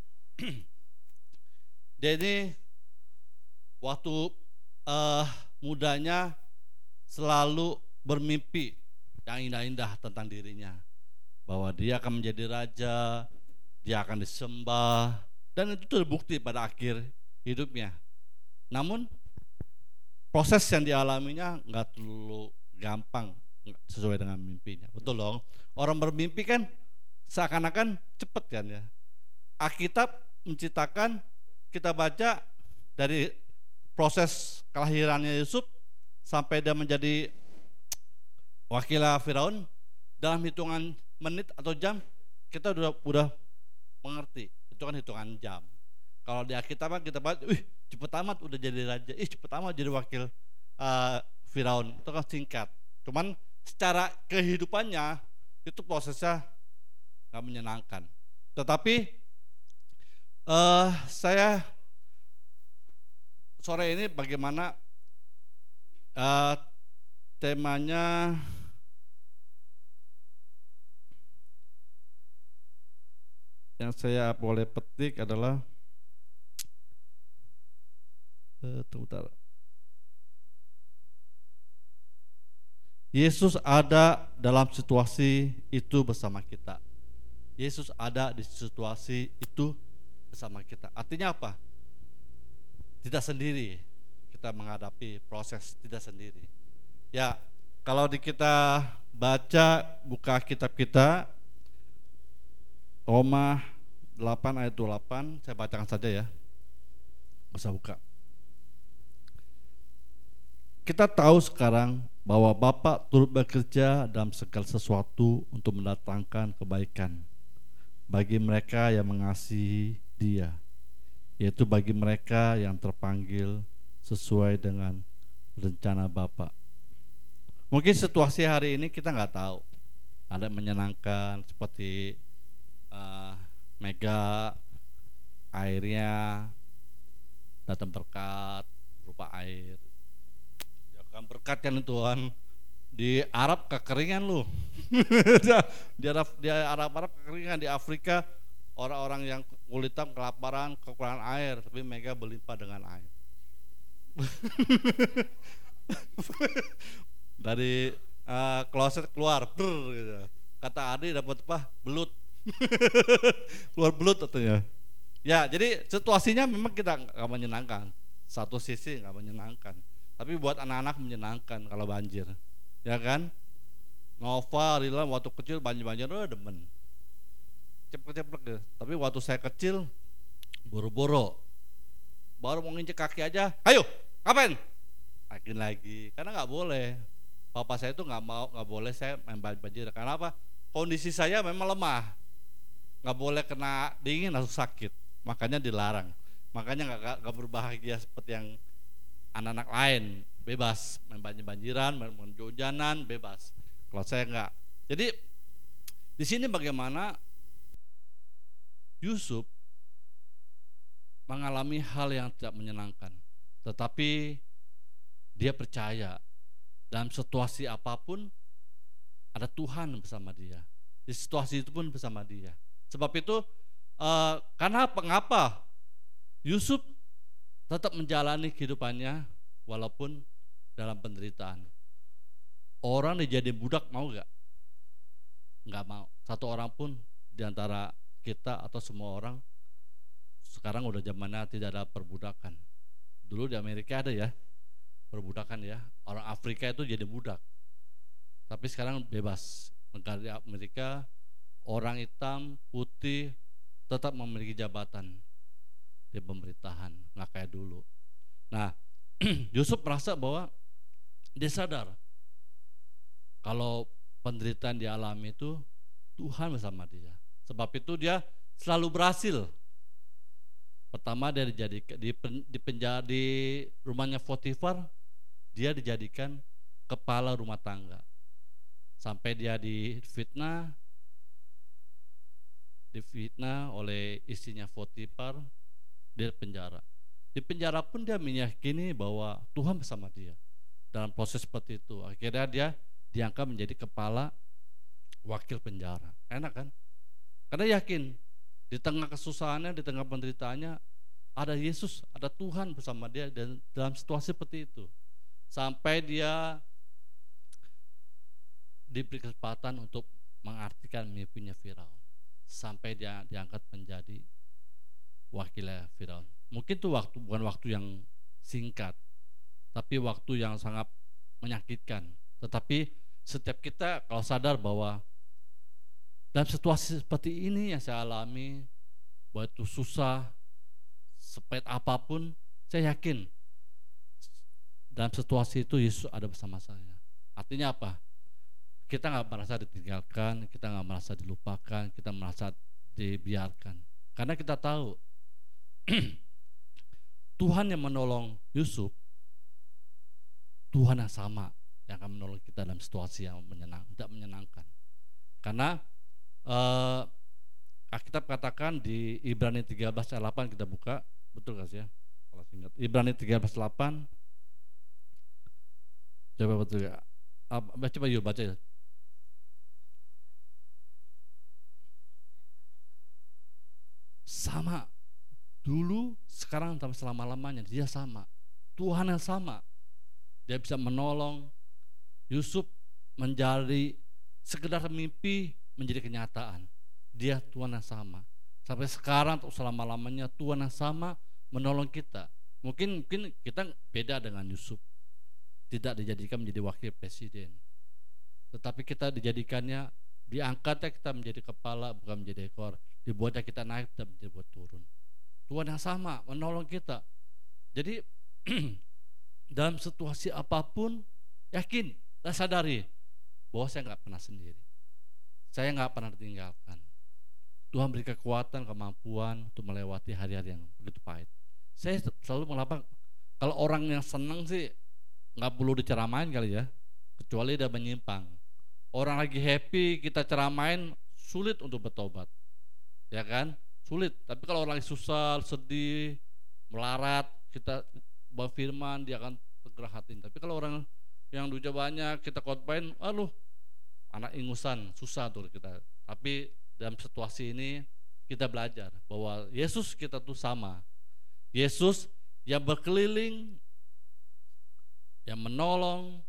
Dia ini waktu uh, mudanya selalu bermimpi yang indah-indah tentang dirinya, bahwa dia akan menjadi raja, dia akan disembah, dan itu terbukti pada akhir hidupnya. Namun proses yang dialaminya nggak terlalu gampang sesuai dengan mimpinya. Betul dong? Orang bermimpi kan seakan-akan cepet kan ya. Alkitab menceritakan, kita baca dari proses kelahirannya Yusuf sampai dia menjadi wakil Firaun, dalam hitungan menit atau jam kita udah udah mengerti. Itu kan hitungan jam. Kalau di Alkitab kita baca, ih cepet amat udah jadi raja, ih cepet amat jadi wakil uh, Firaun. Itu kan singkat. Cuman secara kehidupannya itu prosesnya nggak menyenangkan. Tetapi uh, saya sore ini bagaimana uh, temanya yang saya boleh petik adalah uh, tunggu, Yesus ada dalam situasi itu bersama kita. Yesus ada di situasi itu bersama kita. Artinya apa? Tidak sendiri kita menghadapi proses, tidak sendiri. Ya, kalau di kita baca, buka kitab kita Roma delapan ayat dua puluh delapan, saya bacakan saja ya. Bisa buka. Kita tahu sekarang bahwa Bapa turut bekerja dalam segala sesuatu untuk mendatangkan kebaikan bagi mereka yang mengasihi Dia, yaitu bagi mereka yang terpanggil sesuai dengan rencana Bapa. Mungkin situasi hari ini kita nggak tahu, ada yang menyenangkan seperti uh, mega airnya datang berkat berupa air. Ya kan berkat kan Tuhan. Di Arab kekeringan lu. di Arab di Arab Arab kekeringan, di Afrika orang-orang yang kulit hitam kelaparan, kekurangan air, tapi mega berlimpah dengan air. Dari uh, kloset keluar, brr, gitu. Kata Adi dapat apa? Belut. Keluar belut katanya. Ya, jadi situasinya memang kita nggak menyenangkan. Satu sisi nggak menyenangkan, tapi buat anak-anak menyenangkan kalau banjir, ya kan? Nova, Rila waktu kecil banjir-banjir udah demen. Ceplek-ceplek deh. Tapi waktu saya kecil boro-boro, baru mau nginjek kaki aja, ayo ngapain? Lagi lagi, karena nggak boleh. Papa saya itu nggak mau, nggak boleh saya main banjir. Karena apa? Kondisi saya memang lemah, nggak boleh kena dingin langsung sakit. Makanya dilarang. Makanya nggak nggak berbahagia seperti yang anak-anak lain, bebas main banjir-banjiran, main hujanan, bebas. Kalau saya nggak. Jadi di sini bagaimana Yusuf mengalami hal yang tidak menyenangkan, tetapi dia percaya dalam situasi apapun ada Tuhan bersama dia. Di situasi itu pun bersama dia. Sebab itu uh, karena mengapa Yusuf tetap menjalani kehidupannya walaupun dalam penderitaan. Orang dijadiin budak mau gak? Nggak mau. Satu orang pun diantara kita atau semua orang sekarang udah zamannya tidak ada perbudakan. Dulu di Amerika ada ya perbudakan ya, orang Afrika itu jadi budak. Tapi sekarang bebas. Negara di Amerika orang hitam, putih tetap memiliki jabatan di pemerintahan, nggak kayak dulu. Nah, Yusuf merasa bahwa dia sadar kalau penderitaan dialami itu Tuhan bersama dia. Sebab itu dia selalu berhasil. Pertama dia dijadikan di, di penjara di rumahnya Potifar, dia dijadikan kepala rumah tangga. Sampai dia difitnah, difitnah oleh istrinya Potifar, dia penjara. Di penjara pun dia meyakini bahwa Tuhan bersama dia. Dalam proses seperti itu, akhirnya dia diangkat menjadi kepala wakil penjara. Enak kan? Karena yakin di tengah kesusahannya, di tengah penderitaannya ada Yesus, ada Tuhan bersama dia, dan dalam situasi seperti itu sampai dia diberi kesempatan untuk mengartikan mimpinya Firaun, sampai dia diangkat menjadi wakilnya Firaun. Mungkin itu waktu bukan waktu yang singkat, tapi waktu yang sangat menyakitkan. Tetapi setiap kita kalau sadar bahwa dalam situasi seperti ini yang saya alami, bahwa itu susah, sepet apapun, saya yakin dalam situasi itu Yesus ada bersama saya. Artinya apa? Kita nggak merasa ditinggalkan, kita nggak merasa dilupakan, kita merasa dibiarkan. Karena kita tahu Tuhan yang menolong Yusuf, Tuhan yang sama yang akan menolong kita dalam situasi yang menyenang, tidak menyenangkan. Karena eh, Alkitab katakan di Ibrani tiga belas ayat delapan, kita buka, betul gak sih ya? Kalau ingat Ibrani tiga belas ayat delapan, coba betul ya? Coba yuk baca ya. Sama dulu, sekarang, sampai selama-lamanya dia sama. Tuhan yang sama. Dia bisa menolong Yusuf menjadi sekedar mimpi menjadi kenyataan. Dia Tuhan yang sama. Sampai sekarang untuk selama-lamanya Tuhan yang sama menolong kita. Mungkin mungkin kita beda dengan Yusuf. Tidak dijadikan menjadi wakil presiden. Tetapi kita dijadikannya, diangkatnya kita menjadi kepala bukan menjadi ekor. Dibuatnya kita naik dan dibuat turun. Tuhan yang sama menolong kita. Jadi dalam situasi apapun, yakin dan sadari bahwa saya nggak pernah sendiri. Saya nggak pernah ditinggalkan. Tuhan beri kekuatan, kemampuan untuk melewati hari-hari yang begitu pahit. Saya selalu mengapa kalau orang yang senang sih nggak perlu diceramain kali ya, kecuali dia menyimpang. Orang lagi happy kita ceramain, sulit untuk bertobat, ya kan? Sulit. Tapi kalau orang susah, sedih, melarat, kita bawa firman, dia akan tergerak hati. Tapi kalau orang yang duitnya banyak, kita khotbahin, aduh, anak ingusan, susah tuh kita. Tapi dalam situasi ini kita belajar bahwa Yesus kita tuh sama. Yesus yang berkeliling, yang menolong,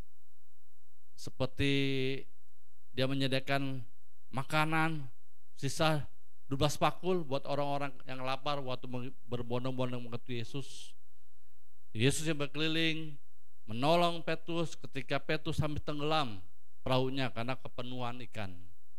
seperti dia menyediakan makanan sisa dua belas pakul buat orang-orang yang lapar waktu berbondong-bondong mengerti Yesus. Yesus yang berkeliling menolong Petrus ketika Petrus sampai tenggelam perahunya karena kepenuhan ikan.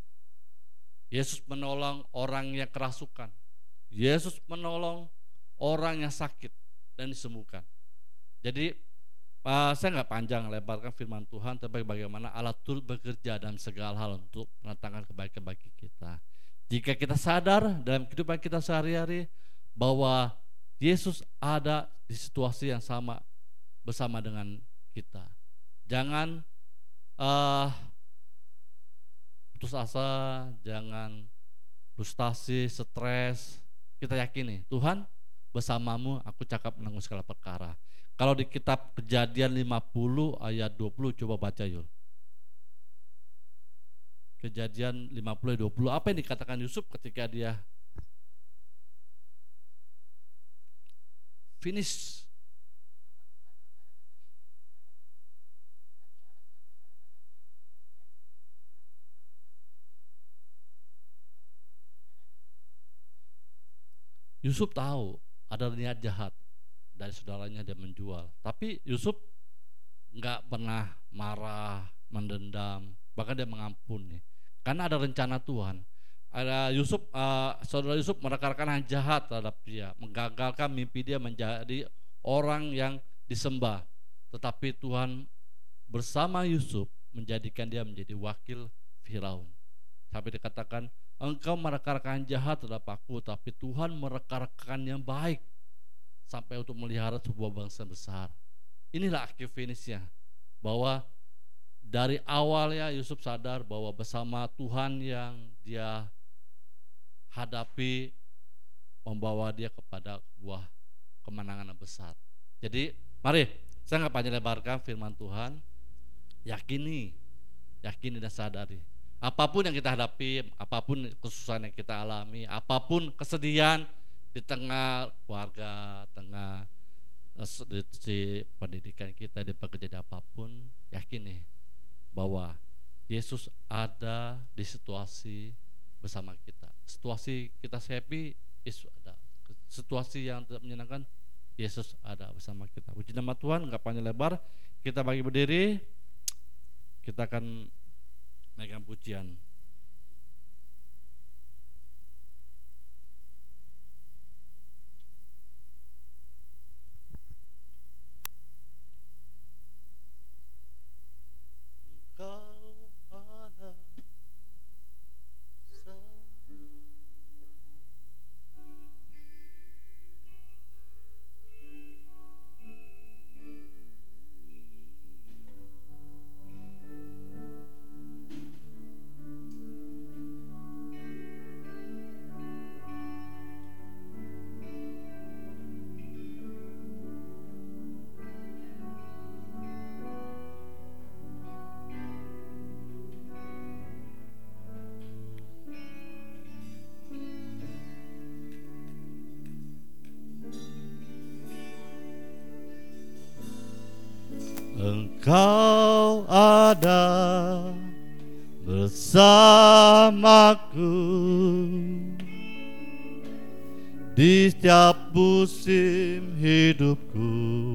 Yesus menolong orang yang kerasukan. Yesus menolong orang yang sakit dan disembuhkan. Jadi uh, saya nggak panjang lebarkan firman Tuhan, tapi bagaimana Allah turut bekerja dalam segala hal untuk mendatangkan kebaikan bagi kita. Jika kita sadar dalam kehidupan kita sehari-hari bahwa Yesus ada di situasi yang sama bersama dengan kita, jangan uh, putus asa, jangan frustasi, stres. Kita yakini Tuhan bersamamu, aku cakap menanggung segala perkara. Kalau di kitab Kejadian lima puluh ayat dua puluh, coba baca yuk. Kejadian lima puluh ayat dua puluh, apa yang dikatakan Yusuf ketika dia finish? Yusuf tahu ada niat jahat dari saudaranya, dia menjual. Tapi Yusuf nggak pernah marah, mendendam, bahkan dia mengampuni. Karena ada rencana Tuhan. Ada Yusuf, uh, saudara Yusuf merekarkan yang jahat terhadap dia, menggagalkan mimpi dia menjadi orang yang disembah. Tetapi Tuhan bersama Yusuf menjadikan dia menjadi wakil Firaun. Sampai dikatakan, engkau merekarkan jahat terhadap aku, tapi Tuhan merekarkan yang baik sampai untuk melihara sebuah bangsa besar. Inilah akhir finishnya, bahwa dari awalnya Yusuf sadar bahwa bersama Tuhan yang dia hadapi membawa dia kepada sebuah kemenangan yang besar. Jadi mari saya nggak panjang lebarkan firman Tuhan, yakini, yakini dan sadari. Apapun yang kita hadapi, apapun kesusahan yang kita alami, apapun kesedihan di tengah keluarga, tengah di, di pendidikan kita, di pekerjaan apapun, yakini bahwa Yesus ada di situasi bersama kita. Situasi kita happy, Yesus ada. Situasi yang tidak menyenangkan, Yesus ada bersama kita. Puji nama Tuhan, nggak panjang lebar, kita bagi berdiri, kita akan naikkan pujian. Engkau ada bersamaku di setiap musim hidupku.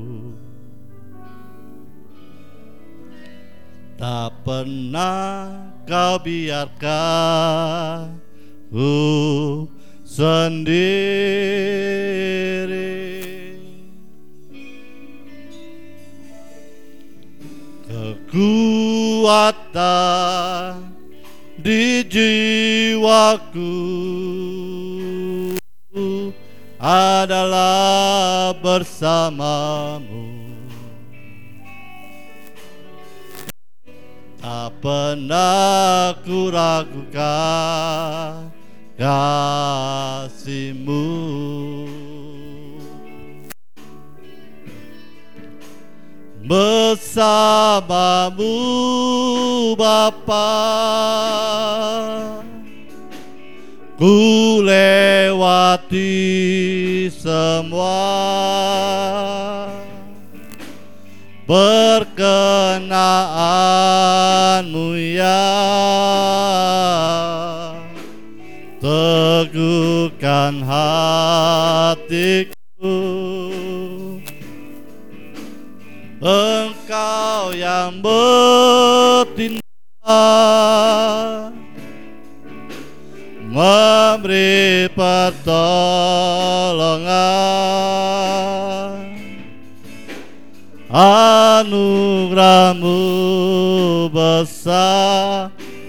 Tak pernah kau biarkan ku sendiri. Kekuatan di jiwaku adalah bersamamu. Tak pernah ku ragukan kasih-Mu. Bersamamu Bapa, ku lewati semua. Berkenan-Mu ya, teguhkan hatiku. Engkau yang bertindak, memberi pertolongan, anugerah-Mu besar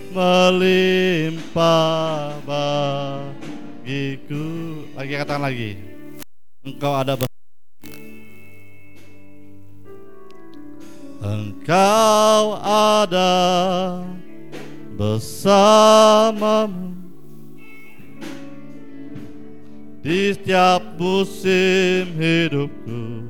melimpah bagiku. Lagi katakan lagi, Engkau ada bersama. Engkau ada bersamamu di setiap musim hidupku.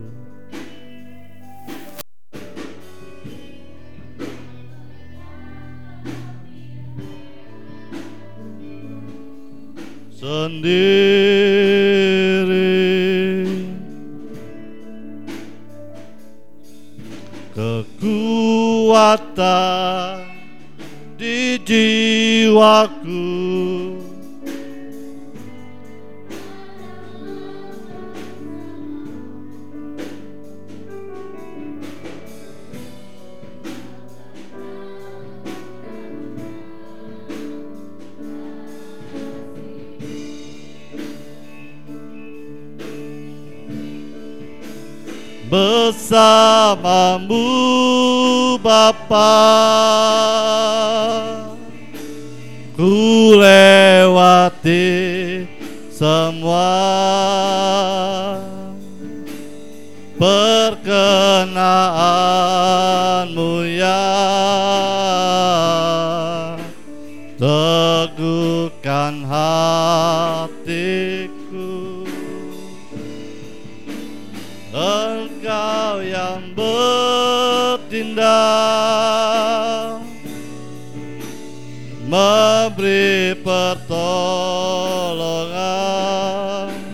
Sendiri kekuatan di jiwaku bersamamu Bapa, ku lewati semua. Perkenan-Mu ya, teguhkan hatiku. pertolongan.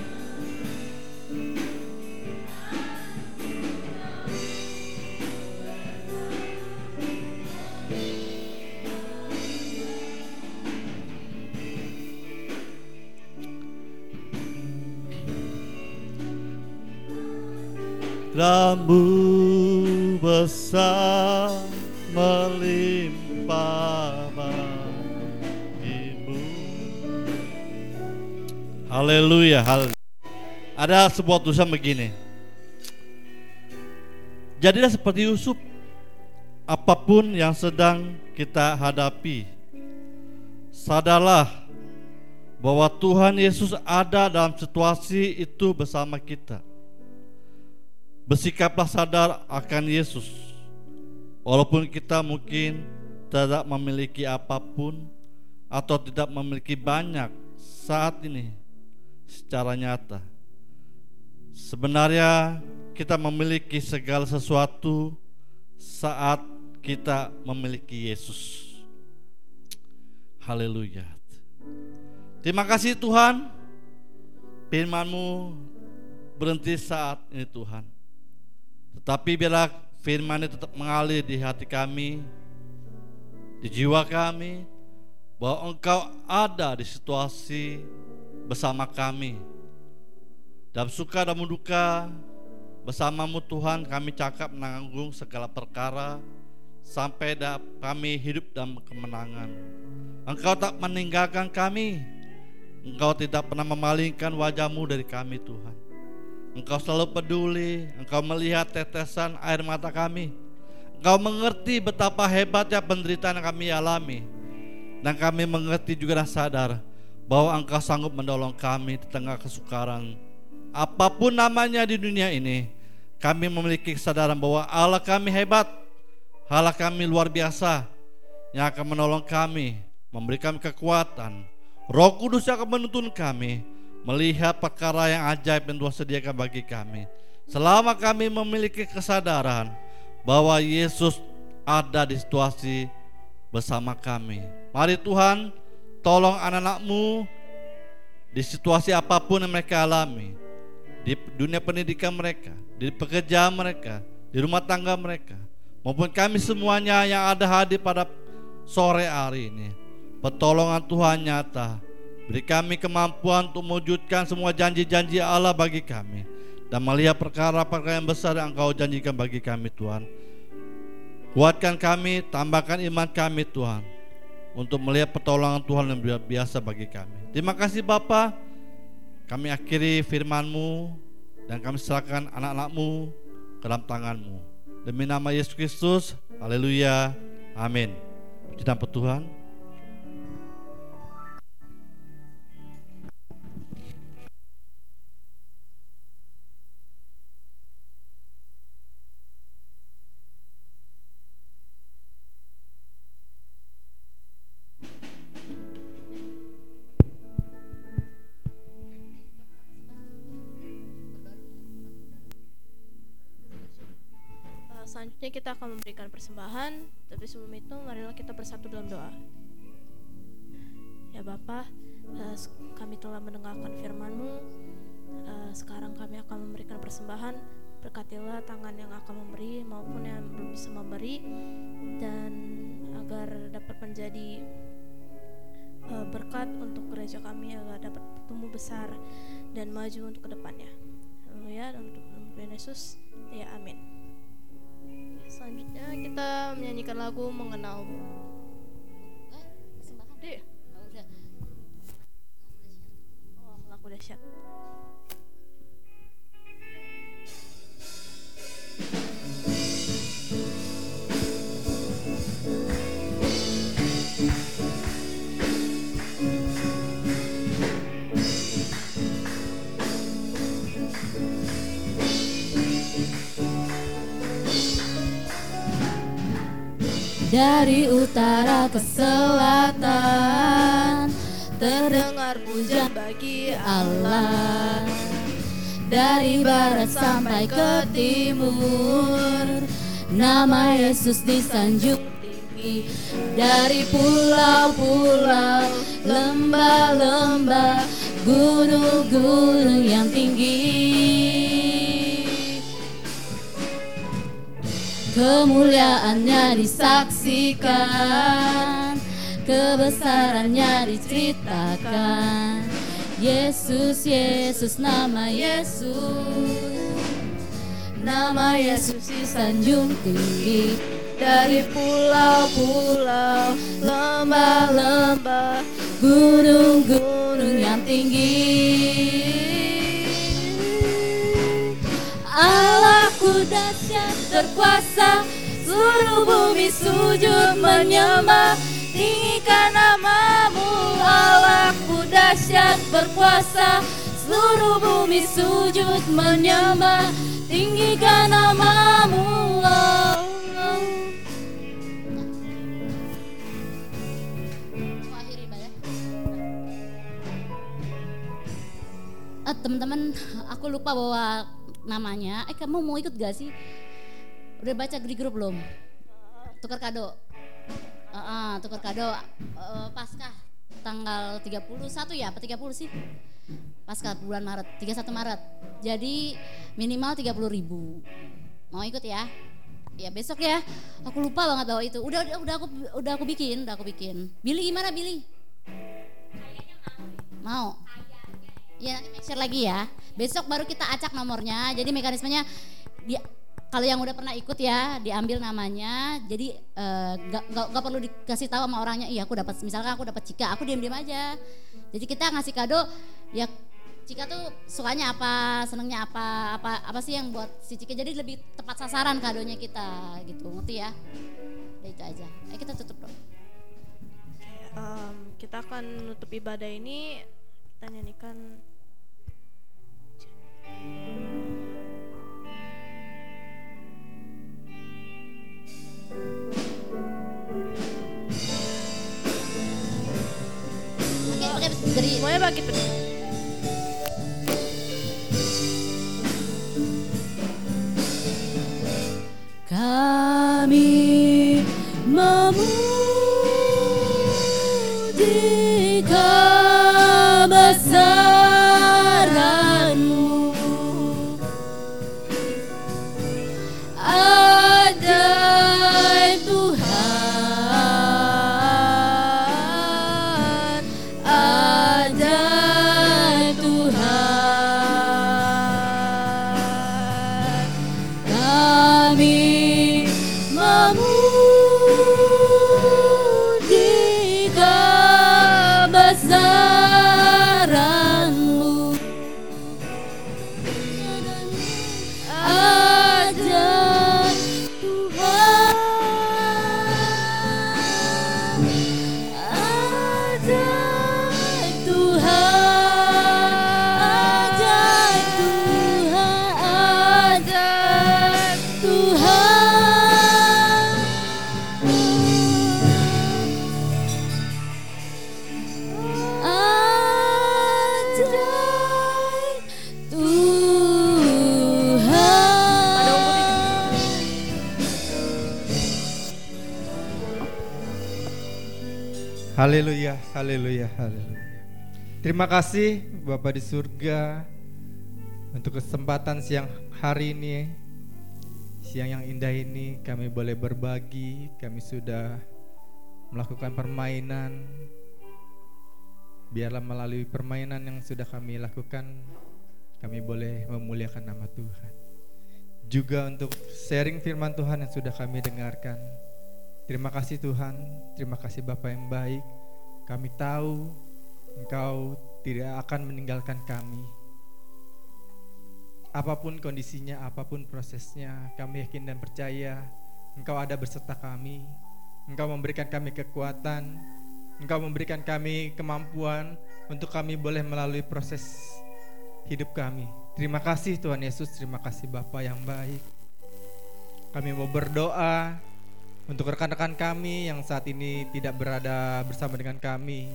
Rambu besar melimpah bagimu. Haleluya, haleluya. Ada sebuah tulisan begini. Jadilah seperti Yusuf, apapun yang sedang kita hadapi, sadarlah bahwa Tuhan Yesus ada dalam situasi itu bersama kita. Bersikaplah sadar akan Yesus. Walaupun kita mungkin tidak memiliki apapun atau tidak memiliki banyak saat ini secara nyata, sebenarnya kita memiliki segala sesuatu saat kita memiliki Yesus. Haleluya. Terima kasih Tuhan, firman-Mu berhenti saat ini Tuhan. Tetapi biarlah firman itu tetap mengalir di hati kami, di jiwa kami, bahwa Engkau ada di situasi bersama kami. Dalam suka dan duka bersama-Mu Tuhan, kami cakap menanggung segala perkara sampai kami hidup dalam kemenangan. Engkau tak meninggalkan kami, Engkau tidak pernah memalingkan wajah-Mu dari kami Tuhan. Engkau selalu peduli, Engkau melihat tetesan air mata kami. Engkau mengerti betapa hebatnya penderitaan yang kami alami. Dan kami mengerti juga dan sadar bahwa Engkau sanggup menolong kami di tengah kesukaran. Apapun namanya di dunia ini, kami memiliki kesadaran bahwa Allah kami hebat, Allah kami luar biasa, yang akan menolong kami, memberikan kekuatan. Roh Kudus yang akan menuntun kami melihat perkara yang ajaib yang Tuhan sediakan bagi kami. Selama kami memiliki kesadaran bahwa Yesus ada di situasi bersama kami. Mari Tuhan, tolong anak-anak-Mu di situasi apapun yang mereka alami, di dunia pendidikan mereka, di pekerjaan mereka, di rumah tangga mereka, maupun kami semuanya yang ada hadir pada sore hari ini. Pertolongan Tuhan nyata. Beri kami kemampuan untuk mewujudkan semua janji-janji Allah bagi kami, dan melihat perkara-perkara yang besar yang Engkau janjikan bagi kami Tuhan. Kuatkan kami, tambahkan iman kami Tuhan, untuk melihat pertolongan Tuhan yang luar biasa bagi kami. Terima kasih Bapa. Kami akhiri firman-Mu dan kami serahkan anak-anak-Mu ke dalam tangan-Mu. Demi nama Yesus Kristus, haleluya, amin. Puji nama Tuhan. Selanjutnya kita akan memberikan persembahan, tapi sebelum itu marilah kita bersatu dalam doa. Ya Bapa, kami telah mendengarkan firman-Mu. Sekarang kami akan memberikan persembahan. Berkatilah tangan yang akan memberi maupun yang belum bisa memberi, dan agar dapat menjadi berkat untuk gereja kami, agar dapat tumbuh besar dan maju untuk kedepannya. Haleluya, dan untuk nama Yesus, ya amin. Selanjutnya kita menyanyikan lagu Mengenal-Mu. Deh. Oh, lagu dahsyat. Dari utara ke selatan terdengar pujian bagi Allah. Dari barat sampai ke timur nama Yesus disanjung tinggi. tinggi, dari pulau-pulau, lembah-lembah, gunung-gunung yang tinggi. Kemuliaannya disaksikan, kebesarannya diceritakan. Yesus, Yesus, nama Yesus, nama Yesus disanjung tinggi, dari pulau-pulau, lembah-lembah, gunung-gunung yang tinggi. Allahku dahsyat berkuasa, seluruh bumi sujud menyembah, tinggikan namamu. Allahku dahsyat berkuasa, seluruh bumi sujud menyembah, tinggikan namamu. Oh, oh. Uh, teman-teman, aku lupa bawa namanya. Eh, kamu mau ikut gak sih? Udah baca di grup belum? Tukar kado. Uh, uh, tukar kado uh, Paskah tanggal tiga puluh satu ya, apa tiga puluh sih? Paskah bulan Maret, tiga puluh satu Maret. Jadi minimal tiga puluh ribu. Mau ikut ya? Ya besok ya. Aku lupa banget bawa itu. Udah udah, udah aku udah aku bikin, udah aku bikin. Billy gimana Billy? Mau? Ya nanti make share lagi ya. Besok baru kita acak nomornya. Jadi mekanismenya dia kalau yang udah pernah ikut ya diambil namanya. Jadi uh, gak, gak, gak perlu dikasih tahu sama orangnya. Iya aku dapat, misalkan aku dapat Cika, aku diam-diam aja. Jadi kita ngasih kado ya. Cika tuh sukanya apa, senengnya apa, apa apa sih yang buat si Cika, jadi lebih tepat sasaran kadonya kita gitu, ngerti ya? Udah itu aja. Ayo kita tutup dong. Um, kita akan nutup ibadah ini, kita nyanyikan Oke, pakai dari semuanya bagi kami memuji kebesaran-Mu, ajaib Tuhan, ajaib Tuhan. Kami memuji kebesaran-Mu, ajaib Tuhan, ajaib Tuhan, ajaib Tuhan, ajaib Tuhan. Ajaib Tuhan. Haleluya, haleluya, haleluya. Terima kasih Bapa di surga untuk kesempatan siang hari ini, siang yang indah ini kami boleh berbagi. Kami sudah melakukan permainan. Biarlah melalui permainan yang sudah kami lakukan, kami boleh memuliakan nama Tuhan. Juga untuk sharing firman Tuhan yang sudah kami dengarkan. Terima kasih Tuhan, terima kasih Bapa yang baik. Kami tahu Engkau tidak akan meninggalkan kami. Apapun kondisinya, apapun prosesnya, kami yakin dan percaya Engkau ada berserta kami. Engkau memberikan kami kekuatan, Engkau memberikan kami kemampuan untuk kami boleh melalui proses hidup kami. Terima kasih Tuhan Yesus, terima kasih Bapa yang baik. Kami mau berdoa untuk rekan-rekan kami yang saat ini tidak berada bersama dengan kami.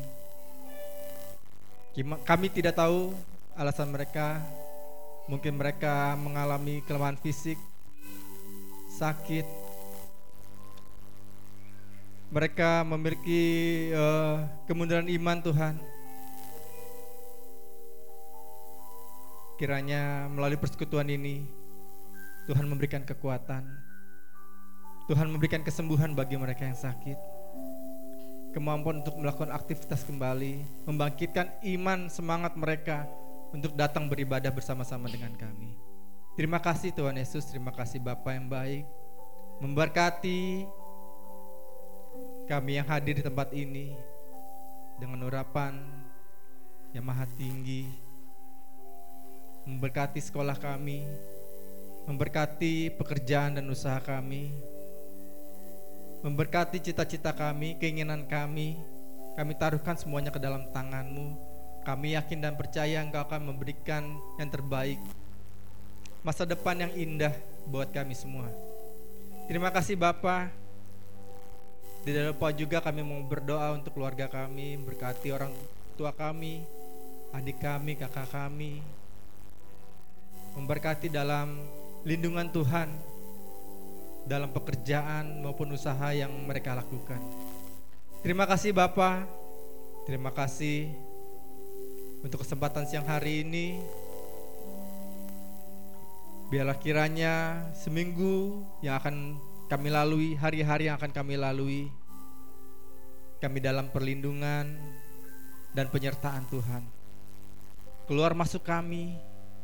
Kami tidak tahu alasan mereka. Mungkin mereka mengalami kelemahan fisik, sakit, mereka memiliki uh, kemunduran iman Tuhan. Kiranya melalui persekutuan ini Tuhan memberikan kekuatan, Tuhan memberikan kesembuhan bagi mereka yang sakit, kemampuan untuk melakukan aktivitas kembali, membangkitkan iman semangat mereka untuk datang beribadah bersama-sama dengan kami. Terima kasih Tuhan Yesus, terima kasih Bapa yang baik, memberkati kami yang hadir di tempat ini dengan urapan yang maha tinggi, memberkati sekolah kami, memberkati pekerjaan dan usaha kami, memberkati cita-cita kami, keinginan kami. Kami taruhkan semuanya ke dalam tangan-Mu. Kami yakin dan percaya Engkau akan memberikan yang terbaik, masa depan yang indah buat kami semua. Terima kasih Bapa. Di dalam Bapa juga kami mau berdoa untuk keluarga kami, berkati orang tua kami, adik kami, kakak kami, memberkati dalam lindungan Tuhan dalam pekerjaan maupun usaha yang mereka lakukan. Terima kasih Bapa. Terima kasih untuk kesempatan siang hari ini. Biarlah kiranya seminggu yang akan kami lalui, hari-hari yang akan kami lalui, kami dalam perlindungan dan penyertaan Tuhan. Keluar masuk kami,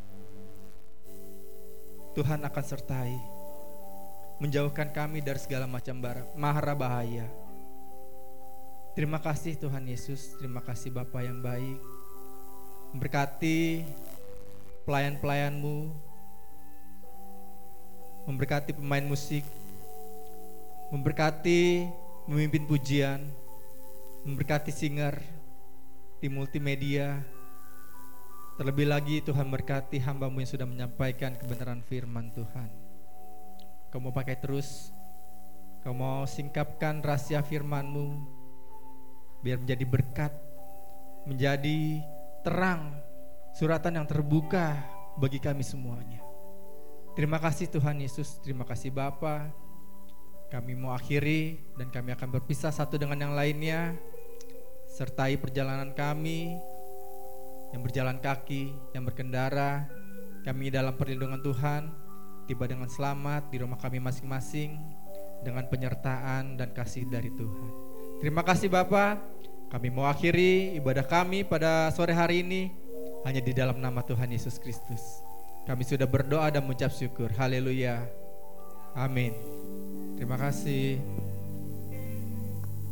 Tuhan akan sertai, menjauhkan kami dari segala macam mara bahaya. Terima kasih Tuhan Yesus, terima kasih Bapa yang baik. Memberkati pelayan-pelayan-Mu, memberkati pemain musik, memberkati memimpin pujian, memberkati singer, tim multimedia. Terlebih lagi Tuhan berkati hamba-Mu yang sudah menyampaikan kebenaran firman Tuhan. Kau mau pakai terus, Kau mau singkapkan rahasia firman-Mu, biar menjadi berkat, menjadi terang, suratan yang terbuka bagi kami semuanya. Terima kasih Tuhan Yesus, terima kasih Bapa. Kami mau akhiri dan kami akan berpisah satu dengan yang lainnya. Sertai perjalanan kami, yang berjalan kaki, yang berkendara. Kami dalam perlindungan Tuhan, tiba dengan selamat di rumah kami masing-masing, dengan penyertaan dan kasih dari Tuhan. Terima kasih Bapa. Kami mau akhiri ibadah kami pada sore hari ini hanya di dalam nama Tuhan Yesus Kristus. Kami sudah berdoa dan mengucap syukur. Haleluya. Amin. Terima kasih.